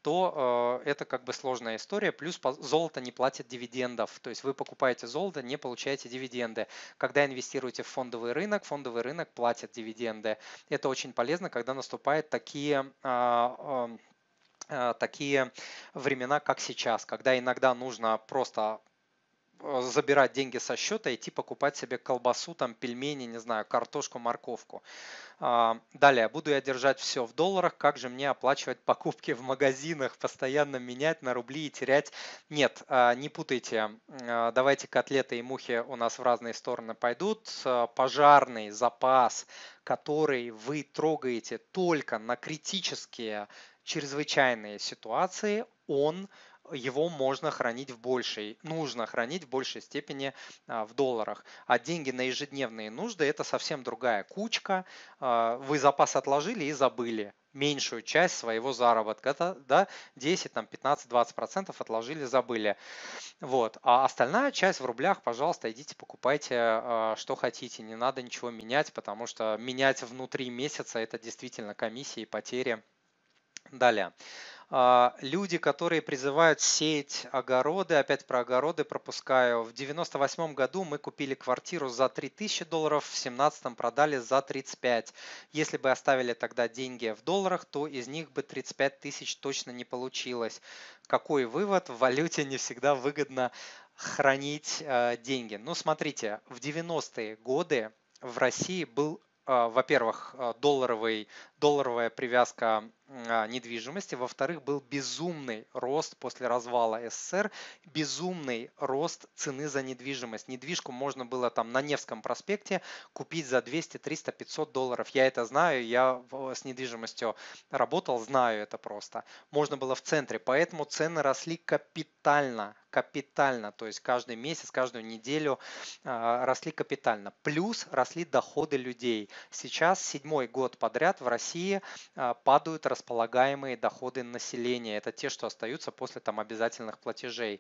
то э, это как бы сложная история. Плюс по- золото не платит дивидендов. То есть вы покупаете золото, не получаете дивиденды. Когда инвестируете в фондовый рынок, фондовый рынок платит дивиденды. Это очень полезно, когда наступают такие а, а, а, такие времена, как сейчас, когда иногда нужно просто э, забирать деньги со счета, идти покупать себе колбасу, там пельмени, не знаю, картошку, морковку. А, Далее, буду я держать все в долларах, как же мне оплачивать покупки в магазинах, постоянно менять на рубли и терять? Нет, а, не путайте, А, давайте котлеты и мухи у нас в разные стороны пойдут. А, Пожарный запас, который вы трогаете только на критические чрезвычайные ситуации, он его можно хранить в большей, нужно хранить в большей степени а, в долларах. А деньги на ежедневные нужды – это совсем другая кучка. А, Вы запас отложили и забыли меньшую часть своего заработка. Это да, десять, там, пятнадцать, двадцать процентов отложили, забыли. Вот. А остальная часть в рублях, пожалуйста, идите покупайте, а, что хотите. Не надо ничего менять, потому что менять внутри месяца – это действительно комиссии, потери. Далее. А, Люди, которые призывают сеять огороды, опять про огороды пропускаю. В девяносто восьмом году мы купили квартиру за три тысячи долларов, в семнадцатом продали за тридцать пять. Если бы оставили тогда деньги в долларах, то из них бы тридцать пять тысяч точно не получилось. Какой вывод? В валюте не всегда выгодно хранить э, деньги. Ну, смотрите, в девяностые годы в России был, э, во-первых, э, долларовый долларовая привязка а, недвижимости, во-вторых, был безумный рост после развала эс эс эс эр, безумный рост цены за недвижимость. Недвижку можно было там на Невском проспекте купить за двести, триста, пятьсот долларов. Я это знаю, я с недвижимостью работал, знаю это просто. Можно было в центре, поэтому цены росли капитально, капитально, то есть каждый месяц, каждую неделю а, росли капитально. Плюс росли доходы людей. Сейчас седьмой год подряд в России а, падают располагаемые доходы населения. Это те, что остаются после там обязательных платежей.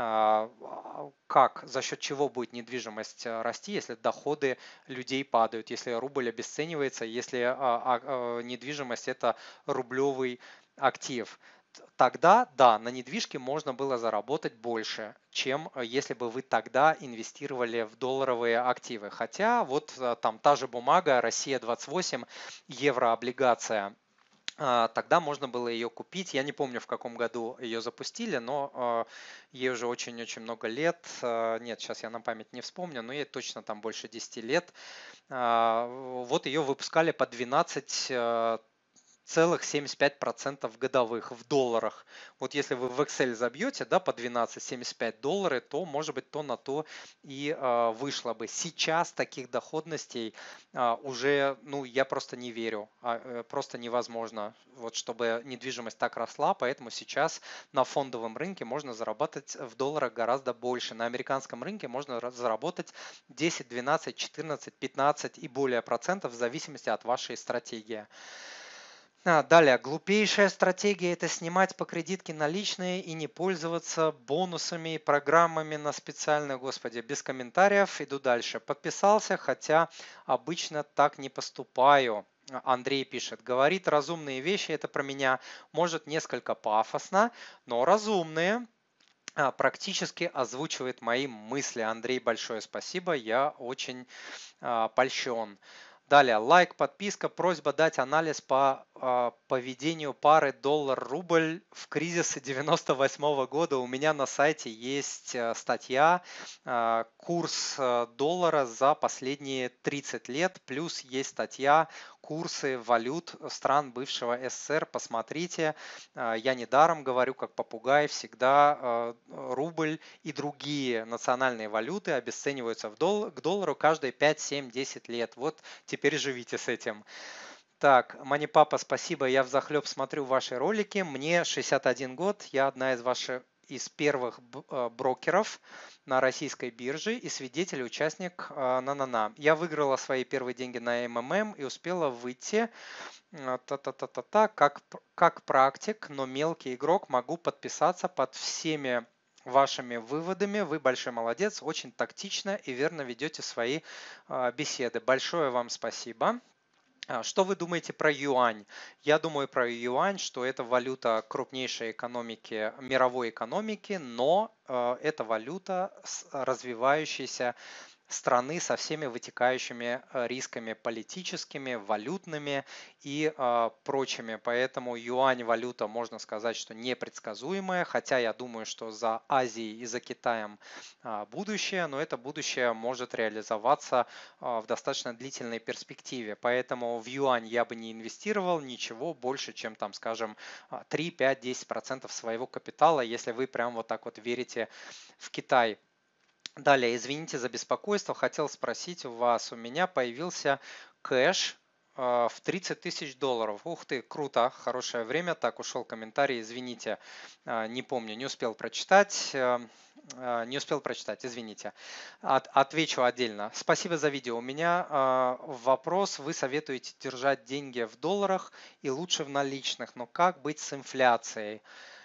А, Как, за счет чего будет недвижимость а, расти, если доходы людей падают, если рубль обесценивается, если а, а, а, недвижимость это рублевый актив? Тогда, да, на недвижке можно было заработать больше, чем э, если бы вы тогда инвестировали в долларовые активы. Хотя вот э, там та же бумага Россия двадцать восемь, еврооблигация, а, тогда можно было ее купить. Я не помню, в каком году ее запустили, но э, ей уже очень-очень много лет. Э, Нет, сейчас я на память не вспомню, но ей точно там больше десяти лет. А, Вот ее выпускали по двенадцать целых семьдесят пять процентов годовых в долларах. Вот если вы в Excel забьете, да, по двенадцать семьдесят пять доллары, то, может быть, то на то и а, вышло бы. Сейчас таких доходностей а, уже, ну, я просто не верю, а, э, просто невозможно, вот, чтобы недвижимость так росла, поэтому сейчас на фондовом рынке можно заработать в долларах гораздо больше. На американском рынке можно ра- заработать десять, двенадцать, четырнадцать, пятнадцать и более процентов в зависимости от вашей стратегии. А, Далее, глупейшая стратегия – это снимать по кредитке наличные и не пользоваться бонусами и программами на специальные, господи, без комментариев. Иду дальше. Подписался, хотя обычно так не поступаю. А, Андрей пишет, говорит разумные вещи, это про меня, может несколько пафосно, но разумные. А, Практически озвучивает мои мысли. Андрей, большое спасибо, я очень а, польщен. Далее, лайк, подписка, просьба дать анализ по а, поведению пары доллар-рубль в кризисе девяносто восьмого года. У меня на сайте есть а, статья а, «Курс а, доллара за последние тридцать лет», плюс есть статья «Курсы валют стран бывшего СССР». Посмотрите, а, я недаром говорю, как попугай, всегда а, рубль и другие национальные валюты обесцениваются в дол- к доллару каждые пять, семь, десять лет. Вот теперь живите с этим. Так, Мани Папа, спасибо. Я взахлеб смотрю ваши ролики. Мне шестьдесят один год. Я одна из ваших из первых б- э, брокеров на российской бирже и свидетель, участник э, на-на-на. Я выиграла свои первые деньги на эм эм эм и успела выйти э, та-та-та-та-та, как, п- как практик, но мелкий игрок могу подписаться под всеми вашими выводами. Вы большой молодец, очень тактично и верно ведете свои э, беседы. Большое вам спасибо. А, Что вы думаете про юань? Я думаю про юань, что это валюта крупнейшей экономики, мировой экономики, но э, это валюта с развивающейся страны со всеми вытекающими э, рисками политическими, валютными и э, прочими. Поэтому юань валюта, можно сказать, что непредсказуемая, хотя я думаю, что за Азией и за Китаем а, будущее, но это будущее может реализоваться а, в достаточно длительной перспективе. Поэтому в юань я бы не инвестировал ничего больше, чем там, скажем, а, три, пять, десять процентов своего капитала, если вы прям вот так вот верите в Китай. Далее, извините за беспокойство, хотел спросить у вас, у меня появился кэш э, в тридцать тысяч долларов. Ух ты, круто, хорошее время. Так, ушел комментарий, извините, э, не помню, не успел прочитать. э, э, Не успел прочитать, извините. От- Отвечу отдельно. Спасибо за видео. У меня э, вопрос. Вы советуете держать деньги в долларах и лучше в наличных, но как быть с инфляцией?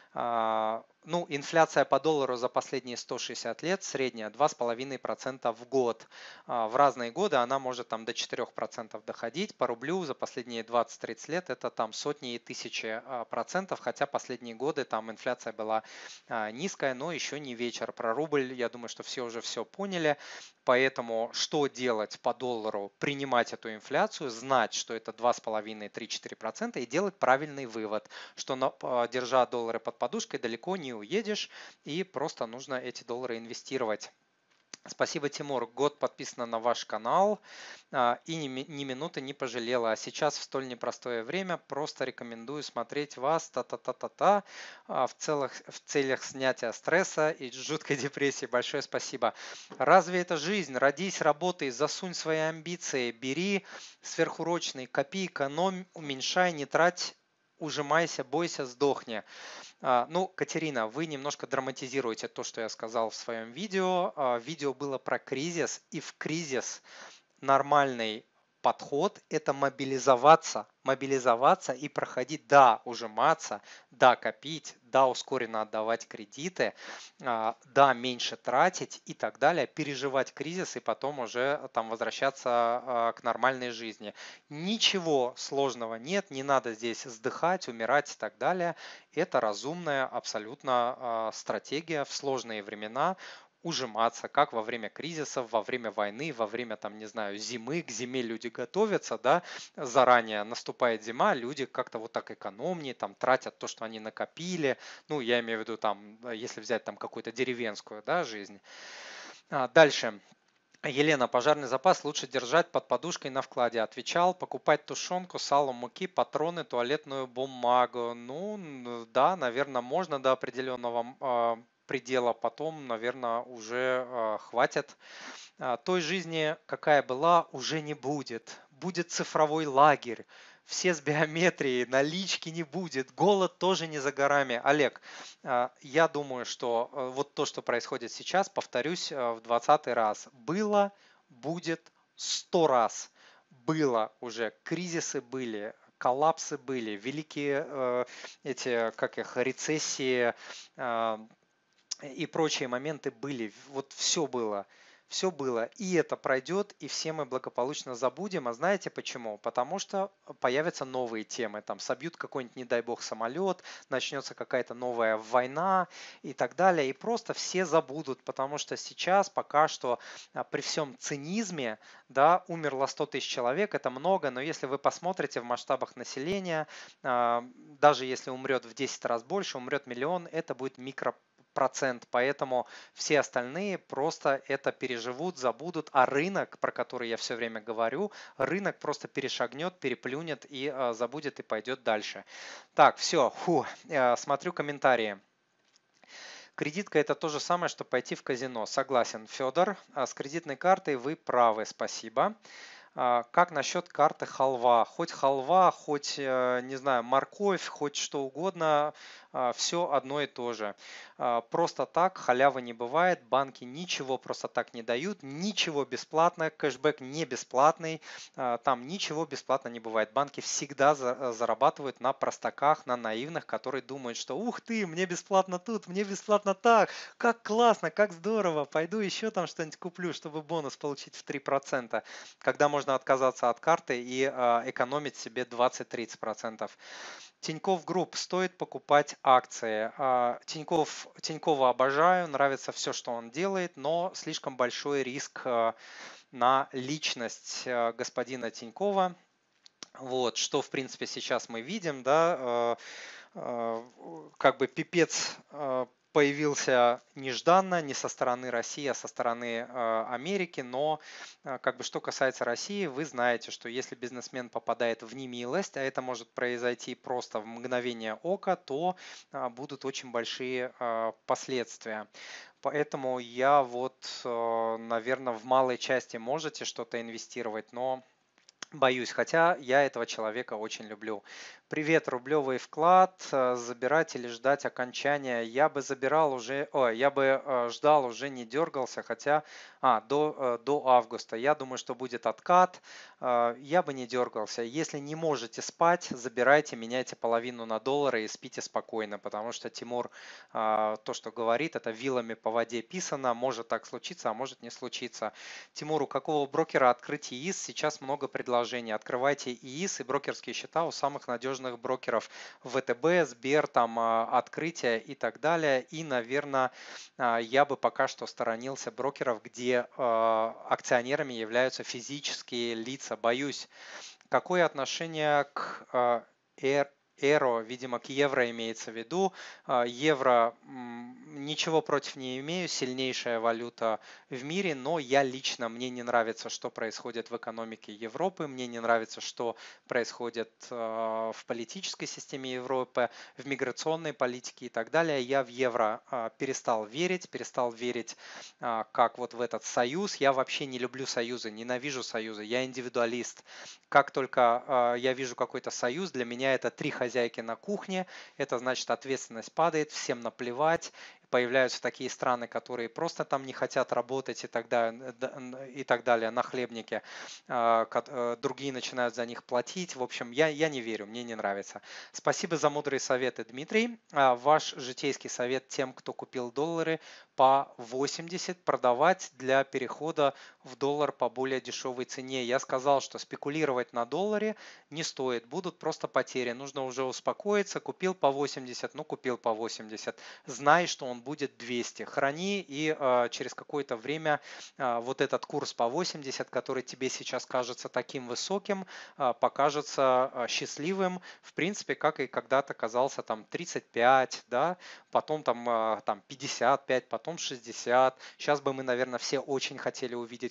А, Ну, инфляция по доллару за последние сто шестьдесят лет средняя два с половиной процента в год. А, В разные годы она может там до четырех процентов доходить. По рублю за последние двадцать-тридцать лет это там сотни и тысячи а, процентов, хотя последние годы там инфляция была а, низкая, но еще не вечер. Про рубль, я думаю, что все уже все поняли. Поэтому что делать по доллару? Принимать эту инфляцию, знать, что это два с половиной-три-четыре процента и делать правильный вывод, что на- а, держа доллары под подушкой, далеко не уедешь, и просто нужно эти доллары инвестировать. Спасибо, Тимур. Год подписано на ваш канал а, и ни, ми- ни минуты не пожалела. А сейчас в столь непростое время просто рекомендую смотреть вас та-та-та-та-та а, в, целых, в целях снятия стресса и жуткой депрессии. Большое спасибо. Разве это жизнь? Родись, работай, засунь свои амбиции, бери сверхурочный, копи, экономь, уменьшай, не трать, ужимайся, бойся, сдохни. А, Ну, Катерина, вы немножко драматизируете то, что я сказал в своем видео. А, Видео было про кризис, и в кризис нормальный подход – это мобилизоваться, мобилизоваться и проходить, да, ужиматься, да, копить, да, ускоренно отдавать кредиты, а, да, меньше тратить и так далее, переживать кризис и потом уже там возвращаться а, к нормальной жизни. Ничего сложного нет, не надо здесь сдыхать, умирать и так далее. Это разумная абсолютно а, стратегия в сложные времена ужиматься, как во время кризисов, во время войны, во время, там, не знаю, зимы, к зиме люди готовятся, да, заранее наступает зима, люди как-то вот так экономнее, там, тратят то, что они накопили, ну, я имею в виду, там, если взять там какую-то деревенскую, да, жизнь. А, Дальше. Елена, пожарный запас лучше держать под подушкой на вкладе. Отвечал, покупать тушенку, сало, муки, патроны, туалетную бумагу. Ну, н- да, наверное, можно до определенного м, а, предела. Потом, наверное, уже а, хватит. А, той жизни, какая была, уже не будет. Будет цифровой лагерь. Все с биометрией, налички не будет, голод тоже не за горами. Олег, а, я думаю, что э, вот то, что происходит сейчас, повторюсь э, в двадцатый раз, было, будет сто раз. Было уже, кризисы были, коллапсы были, великие э, эти, как их, рецессии, э, и прочие моменты были. Вот все было. Все было. И это пройдет, и все мы благополучно забудем. А знаете почему? Потому что появятся новые темы. Там собьют какой-нибудь, не дай бог, самолет, начнется какая-то новая война и так далее. И просто все забудут, потому что сейчас пока что а, при всем цинизме, да, умерло сто тысяч человек, это много, но если вы посмотрите в масштабах населения, а, даже если умрет в десять раз больше, умрет миллион, это будет микро процент, поэтому все остальные просто это переживут, забудут, а рынок, про который я все время говорю, рынок просто перешагнет, переплюнет и э, забудет и пойдет дальше. Так, все, фу, э, смотрю комментарии. Кредитка это то же самое, что пойти в казино. Согласен, Федор. А с кредитной картой вы правы, спасибо. А, Как насчет карты халва? Хоть халва, хоть, э, не знаю, морковь, хоть что угодно, все одно и то же. А, Просто так халявы не бывает, банки ничего просто так не дают, ничего бесплатно, кэшбэк не бесплатный, а, там ничего бесплатно не бывает. Банки всегда за- э, зарабатывают на простаках, на наивных, которые думают, что ух ты, мне бесплатно тут, мне бесплатно так, как классно, как здорово, пойду еще там что-нибудь куплю, чтобы бонус получить в три процента, когда можно отказаться от карты и а, экономить себе двадцать-тридцать процентов. Тинькофф Групп стоит покупать акции. А, Тинькофф, Тинькова обожаю, нравится все, что он делает, но слишком большой риск а, на личность а, господина Тинькова. Вот, что, в принципе, сейчас мы видим, да, э, э, как бы пипец э, появился нежданно, не со стороны России, а со стороны э, Америки, но э, как бы что касается России, вы знаете, что если бизнесмен попадает в немилость, а это может произойти просто в мгновение ока, то э, будут очень большие э, последствия. Поэтому я вот, наверное, в малой части можете что-то инвестировать, но боюсь, хотя я этого человека очень люблю. Привет, рублевый вклад, э, забирать или ждать окончания? Я бы забирал уже, ой, я бы э, ждал, уже не дергался, хотя, а, до, э, до августа. Я думаю, что будет откат, э, я бы не дергался. Если не можете спать, забирайте, меняйте половину на доллары и спите спокойно, потому что Тимур э, то, что говорит, это вилами по воде писано, может так случиться, а может не случиться. Тимур, у какого брокера открыть ИИС? Сейчас много предложений. Открывайте ИИС и брокерские счета у самых надежных брокеров: ВТБ, Сбер, там а, Открытие и так далее. И, наверное, я бы пока что сторонился брокеров, где а, акционерами являются физические лица. Боюсь, какое отношение к а, Эр- Эро, видимо, к евро имеется в виду. А, Евро, м, ничего против не имею, сильнейшая валюта в мире, но я лично, мне не нравится, что происходит в экономике Европы, мне не нравится, что происходит а, в политической системе Европы, в миграционной политике и так далее. Я в евро а, перестал верить, перестал верить а, как вот в этот союз. Я вообще не люблю союзы, ненавижу союзы, я индивидуалист. Как только э, я вижу какой-то союз, для меня это три хозяйки на кухне, это значит ответственность падает, всем наплевать, появляются такие страны, которые просто там не хотят работать и так далее, и так далее на хлебнике, э, э, другие начинают за них платить. В общем, я, я не верю, мне не нравится. Спасибо за мудрые советы, Дмитрий. А ваш житейский совет тем, кто купил доллары по восемьдесят, продавать для перехода в доллар по более дешевой цене. Я сказал, что спекулировать на долларе не стоит, будут просто потери. Нужно уже успокоиться. Купил по восемьдесят, ну купил по восемьдесят. Знай, что он будет двести. Храни, и э, через какое-то время э, вот этот курс по восемьдесят, который тебе сейчас кажется таким высоким, э, покажется э, счастливым, в принципе, как и когда-то казался там тридцать пять, да, потом там, э, там пятьдесят пять, потом шестьдесят. Сейчас бы мы, наверное, все очень хотели увидеть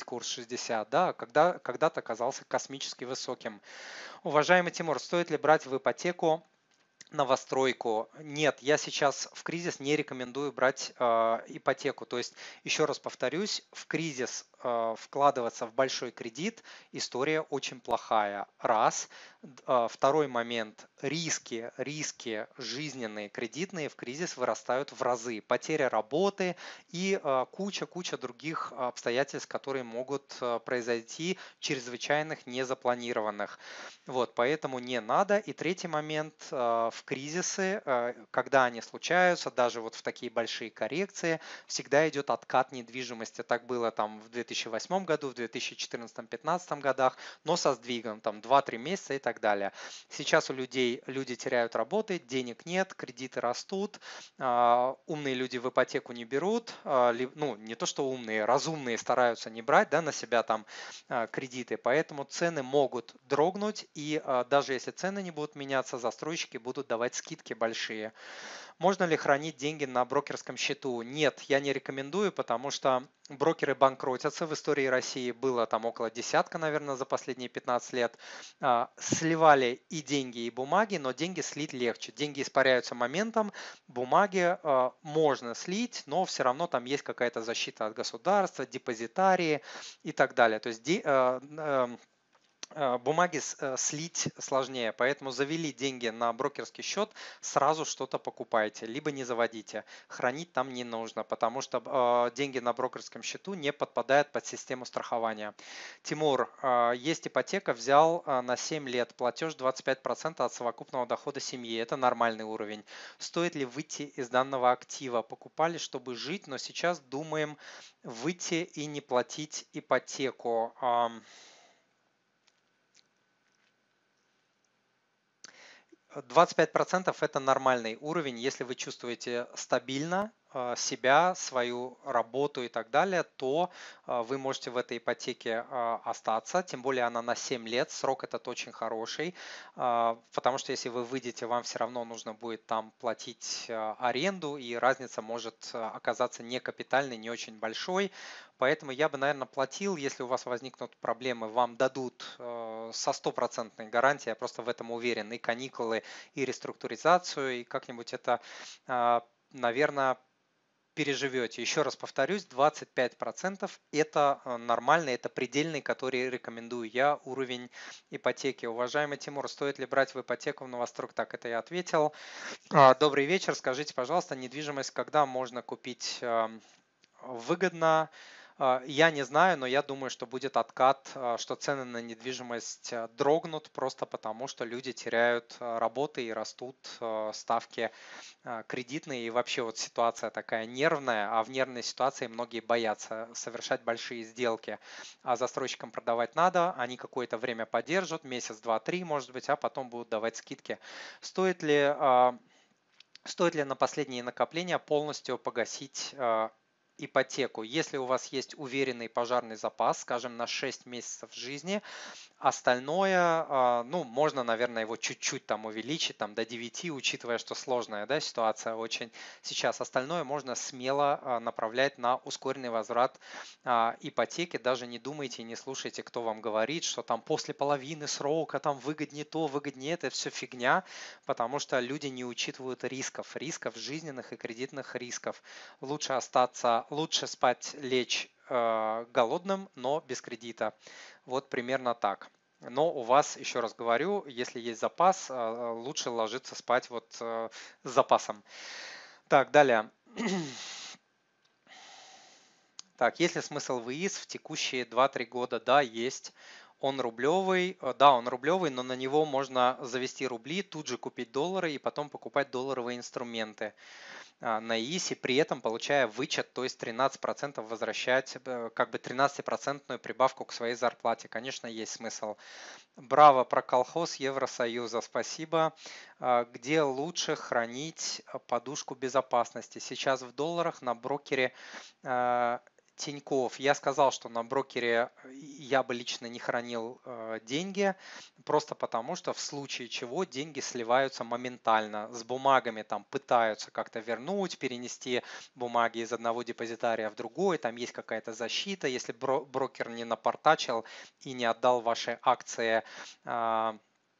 быть курс шестьдесят, да, когда, когда-то казался космически высоким. Уважаемый Тимур, стоит ли брать в ипотеку новостройку? Нет, я сейчас в кризис не рекомендую брать э, ипотеку. То есть, еще раз повторюсь, в кризис э, вкладываться в большой кредит история очень плохая. Раз. Э, второй момент. Риски, риски жизненные, кредитные в кризис вырастают в разы. Потеря работы и э, куча-куча других обстоятельств, которые могут э, произойти, чрезвычайных, незапланированных. Вот, поэтому не надо. И третий момент, э, в кризисы, э, когда они случаются, даже вот в такие большие коррекции, всегда идет откат недвижимости. Так было там в две тысячи восьмом году, в две тысячи четырнадцатом-пятнадцатом годах, но со сдвигом, там два-три месяца и так далее. Сейчас у людей люди теряют работы, денег нет, кредиты растут, а, умные люди в ипотеку не берут, а, ли- ну не то что умные, разумные стараются не брать, да, на себя там а, кредиты, поэтому цены могут дрогнуть, и а, даже если цены не будут меняться, застройщики будут давать скидки большие. Можно ли хранить деньги на брокерском счету? Нет, я не рекомендую, потому что брокеры банкротятся. В истории России было там около десятка, наверное, за последние пятнадцать лет. А, Сливали и деньги, и бумаги, но деньги слить легче. Деньги испаряются моментом, бумаги а, можно слить, но все равно там есть какая-то защита от государства, депозитарии и так далее. То есть де- а, а, э, бумаги с- э, слить сложнее, поэтому завели деньги на брокерский счет, сразу что-то покупайте, либо не заводите. Хранить там не нужно, потому что э, деньги на брокерском счету не подпадают под систему страхования. Тимур, э, есть ипотека, взял э, на семь лет, платеж двадцать пять процентов от совокупного дохода семьи, это нормальный уровень. Стоит ли выйти из данного актива? Покупали, чтобы жить, но сейчас думаем выйти и не платить ипотеку. Ам, двадцать пять процентов это нормальный уровень, если вы чувствуете стабильно э, себя, свою работу и так далее, то э, вы можете в этой ипотеке э, остаться, тем более она на семь лет, срок этот очень хороший, э, потому что если вы выйдете, вам все равно нужно будет там платить э, аренду, и разница может э, оказаться не капитальной, не очень большой, поэтому я бы, наверное, платил, если у вас возникнут проблемы, вам дадут э, со стопроцентной гарантией, я просто в этом уверен, и каникулы, и реструктуризацию, и как-нибудь это, наверное, переживете. Еще раз повторюсь, двадцать пять процентов это э, нормально, это предельный, который рекомендую я, уровень ипотеки. Уважаемый Тимур, стоит ли брать в ипотеку в новостройку? Так, это я ответил. А, Добрый вечер, скажите, пожалуйста, недвижимость когда можно купить э, выгодно? А, Я не знаю, но я думаю, что будет откат, а, что цены на недвижимость а, дрогнут просто потому, что люди теряют а, работы и растут а, ставки а, кредитные. И вообще вот ситуация такая нервная, а в нервной ситуации многие боятся совершать большие сделки. А застройщикам продавать надо, они какое-то время поддержат, месяц, два, три, может быть, а потом будут давать скидки. Стоит ли а, Стоит ли на последние накопления полностью погасить а, ипотеку? Если у вас есть уверенный пожарный запас, скажем, на шесть месяцев жизни, остальное, а, ну, можно, наверное, его чуть-чуть там увеличить, там до девяти, учитывая, что сложная, да, ситуация очень сейчас. Остальное можно смело а, направлять на ускоренный возврат а, ипотеки. Даже не думайте, не слушайте, кто вам говорит, что там после половины срока там выгоднее то, выгоднее это, все фигня, потому что люди не учитывают рисков, рисков жизненных и кредитных рисков. Лучше остаться, лучше спать, лечь э, голодным, но без кредита. Вот примерно так. Но у вас, еще раз говорю, если есть запас, э, лучше ложиться спать вот э, с запасом. Так, далее. Так, есть ли смысл в ИИС в текущие два-три года? Да, есть. Он рублевый, э, да, он рублевый, но на него можно завести рубли, тут же купить доллары и потом покупать долларовые инструменты а, на ИИСе, при этом получая вычет, то есть тринадцать процентов возвращать, э, как бы тринадцать-процентную прибавку к своей зарплате. Конечно, есть смысл. Браво про колхоз Евросоюза, спасибо. А, Где лучше хранить э, подушку безопасности? Сейчас в долларах на брокере э, Тинькофф. Я сказал, что на брокере я бы лично не хранил э, деньги, просто потому что в случае чего деньги сливаются моментально. С бумагами там пытаются как-то вернуть, перенести бумаги из одного депозитария в другой, там есть какая-то защита, если бро- брокер не напортачил и не отдал ваши акции а,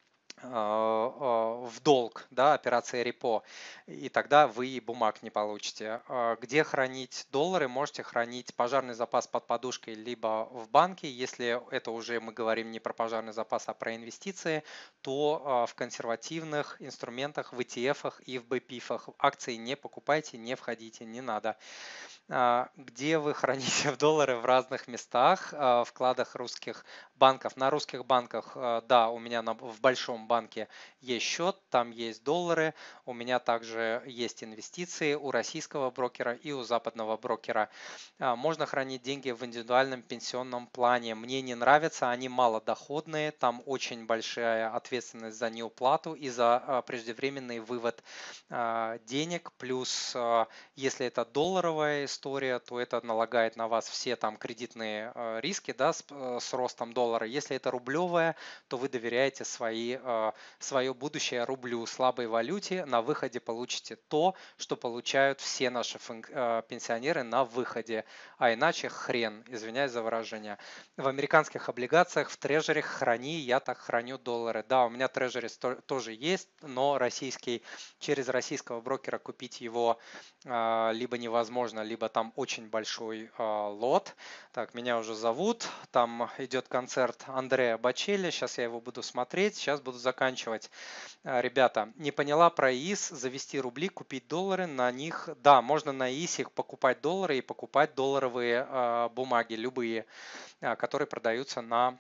в долг, да, операция репо, и тогда вы бумаг не получите. А где хранить доллары? Можете хранить пожарный запас под подушкой либо в банке. Если это уже мы говорим не про пожарный запас, а про инвестиции, то а, в консервативных инструментах, в и ти эф-ах и в би пи эф-ах акции не покупайте, не входите, не надо. А, Где вы храните в доллары в разных местах, а, вкладах русских банков. На русских банках, а, да, у меня на- в большом банке есть счет, там есть доллары, у меня также есть инвестиции у российского брокера и у западного брокера. А, Можно хранить деньги в индивидуальном пенсионном плане. Мне не нравятся, они малодоходные, там очень большая ответственность за неуплату и за а, преждевременный вывод а, денег, плюс а, если это долларовая история, то это налагает на вас все там кредитные э, риски, да, с, э, с ростом доллара. Если это рублевая, то вы доверяете свои, э, свое будущее рублю, слабой валюте. На выходе получите то, что получают все наши функ- э, пенсионеры на выходе. А иначе хрен, извиняюсь за выражение. В американских облигациях, в трежере храни, я так храню доллары. Да, у меня трежери тоже есть, но российский, через российского брокера купить его а, либо невозможно, либо там очень большой а, лот. Так, меня уже зовут, там идет концерт Андреа Бочелли, сейчас я его буду смотреть, сейчас буду заканчивать. А, Ребята, не поняла про ИИС, завести рубли, купить доллары, на них, да, можно на ИИСе покупать доллары и покупать долларовые а, бумаги, любые, а, которые продаются на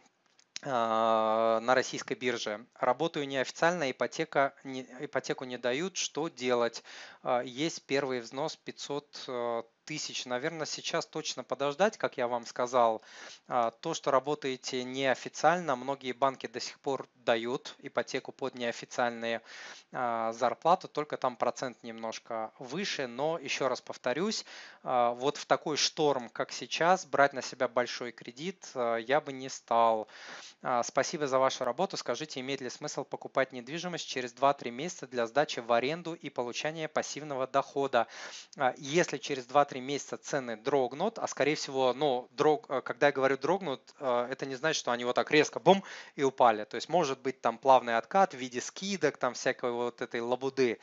а, на российской бирже. Работаю неофициально, ипотека, не, ипотеку не дают. Что делать? А, Есть первый взнос пятьсот э, тысяч. Наверное, сейчас точно подождать, как я вам сказал. А, То, что работаете неофициально, многие банки до сих пор дают ипотеку под неофициальные а, зарплаты, только там процент немножко выше. Но еще раз повторюсь, а, вот в такой шторм, как сейчас, брать на себя большой кредит а, я бы не стал. А, Спасибо за вашу работу. Скажите, имеет ли смысл покупать недвижимость через два-три месяца для сдачи в аренду и получения пассивного дохода? А, Если через два-три месяца цены дрогнут, а скорее всего, ну, дрог, э, когда я говорю дрогнут, э, это не значит, что они вот так резко бум и упали. То есть может быть там плавный откат в виде скидок, там всякой вот этой лабуды.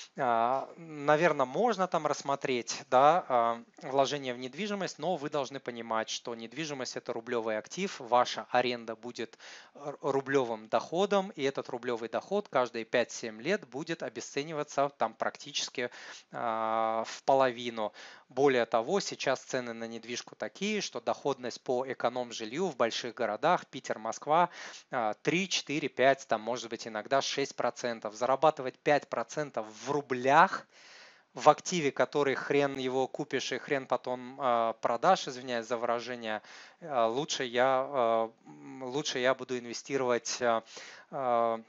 Наверное, можно там рассмотреть, да, а, вложение в недвижимость, но вы должны понимать, что недвижимость – это рублевый актив, ваша аренда будет р- рублевым доходом, и этот рублевый доход каждые пять-семь лет будет обесцениваться там практически а, в половину. Более того, сейчас цены на недвижку такие, что доходность по эконом-жилью в больших городах, Питер, Москва, а, три, четыре, пять, там может быть иногда шесть процентов. Зарабатывать пять процентов в рублях в активе, который хрен его купишь и хрен потом а, продашь, извиняюсь за выражение, а, лучше я, а, м, лучше я буду инвестировать а, а,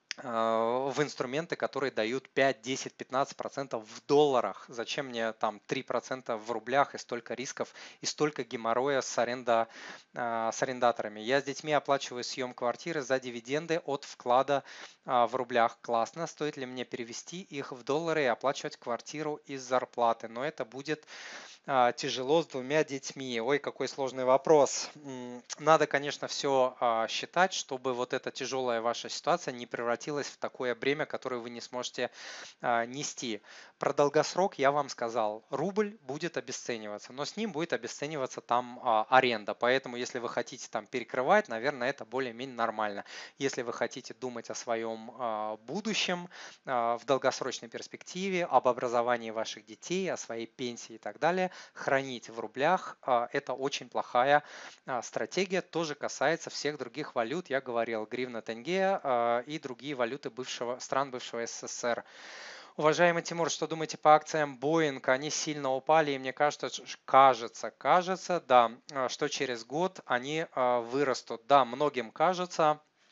а, в инструменты, которые дают пять, десять, пятнадцать процентов в долларах. Зачем мне там три процента в рублях и столько рисков и столько геморроя с, аренда, а, с арендаторами? Я с детьми оплачиваю съем квартиры за дивиденды от вклада а, в рублях. Классно. Стоит ли мне перевести их в доллары и оплачивать квартиру из зарплаты? Но это будет а, тяжело с двумя детьми. Ой, какой сложный вопрос. М, Надо, конечно, все считать, чтобы вот эта тяжелая ваша ситуация не превратилась в такое бремя, которое вы не сможете а, нести. Про долгосрок я вам сказал, рубль будет обесцениваться, но с ним будет обесцениваться там а, аренда. Поэтому, если вы хотите там перекрывать, наверное, это более-менее нормально. Если вы хотите думать о своем а, будущем а, в долгосрочной перспективе, об образовании ваших детей, о своей пенсии и так далее, хранить в рублях – это очень плохая а, стратегия. Тоже касается всех других валют. Я говорил, гривна, тенге а, и другие валюты бывшего, стран бывшего СССР. Уважаемый Тимур, что думаете по акциям Boeing? Они сильно упали, и мне кажется, ш- кажется, кажется, да, а, что через год они а, вырастут. Да, многим кажется,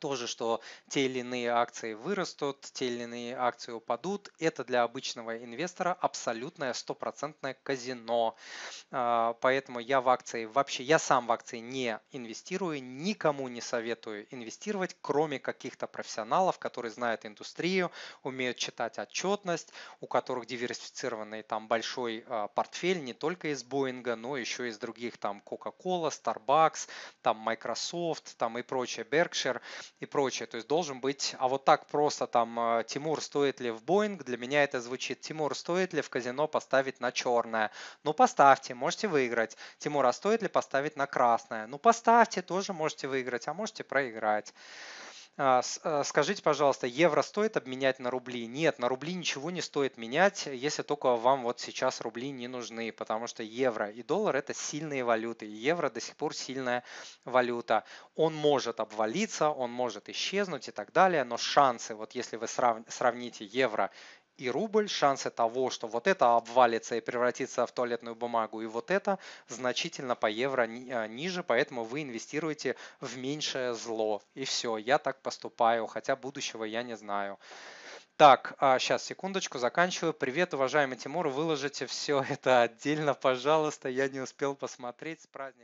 тоже, что те или иные акции вырастут, те или иные акции упадут. Это для обычного инвестора абсолютное стопроцентное казино. А, Поэтому я в акции вообще, я сам в акции не инвестирую, никому не советую инвестировать, кроме каких-то профессионалов, которые знают индустрию, умеют читать отчетность, у которых диверсифицированный там большой а, портфель не только из Боинга, но еще из других там Coca-Cola, Starbucks, там Microsoft, там и прочее, Berkshire и прочее. То есть должен быть, а вот так просто там э, Тимур, стоит ли в Боинг, для меня это звучит, Тимур, стоит ли в казино поставить на черное? Ну поставьте, можете выиграть. Тимур, а стоит ли поставить на красное? Ну поставьте, тоже можете выиграть, а можете проиграть. А, с- э, Скажите, пожалуйста, евро стоит обменять на рубли? Нет, на рубли ничего не стоит менять, если только вам вот сейчас рубли не нужны, потому что евро и доллар это сильные валюты. и Евро до сих пор сильная валюта. Он может обвалиться, он может исчезнуть и так далее, но шансы, вот если вы срав- сравните евро и рубль, шансы того, что вот это обвалится и превратится в туалетную бумагу, и вот это значительно по евро ни- а, ниже, поэтому вы инвестируете в меньшее зло. И все, я так поступаю, хотя будущего я не знаю. Так, а, сейчас, секундочку, заканчиваю. Привет, уважаемый Тимур, выложите все это отдельно, пожалуйста, я не успел посмотреть. С праздником!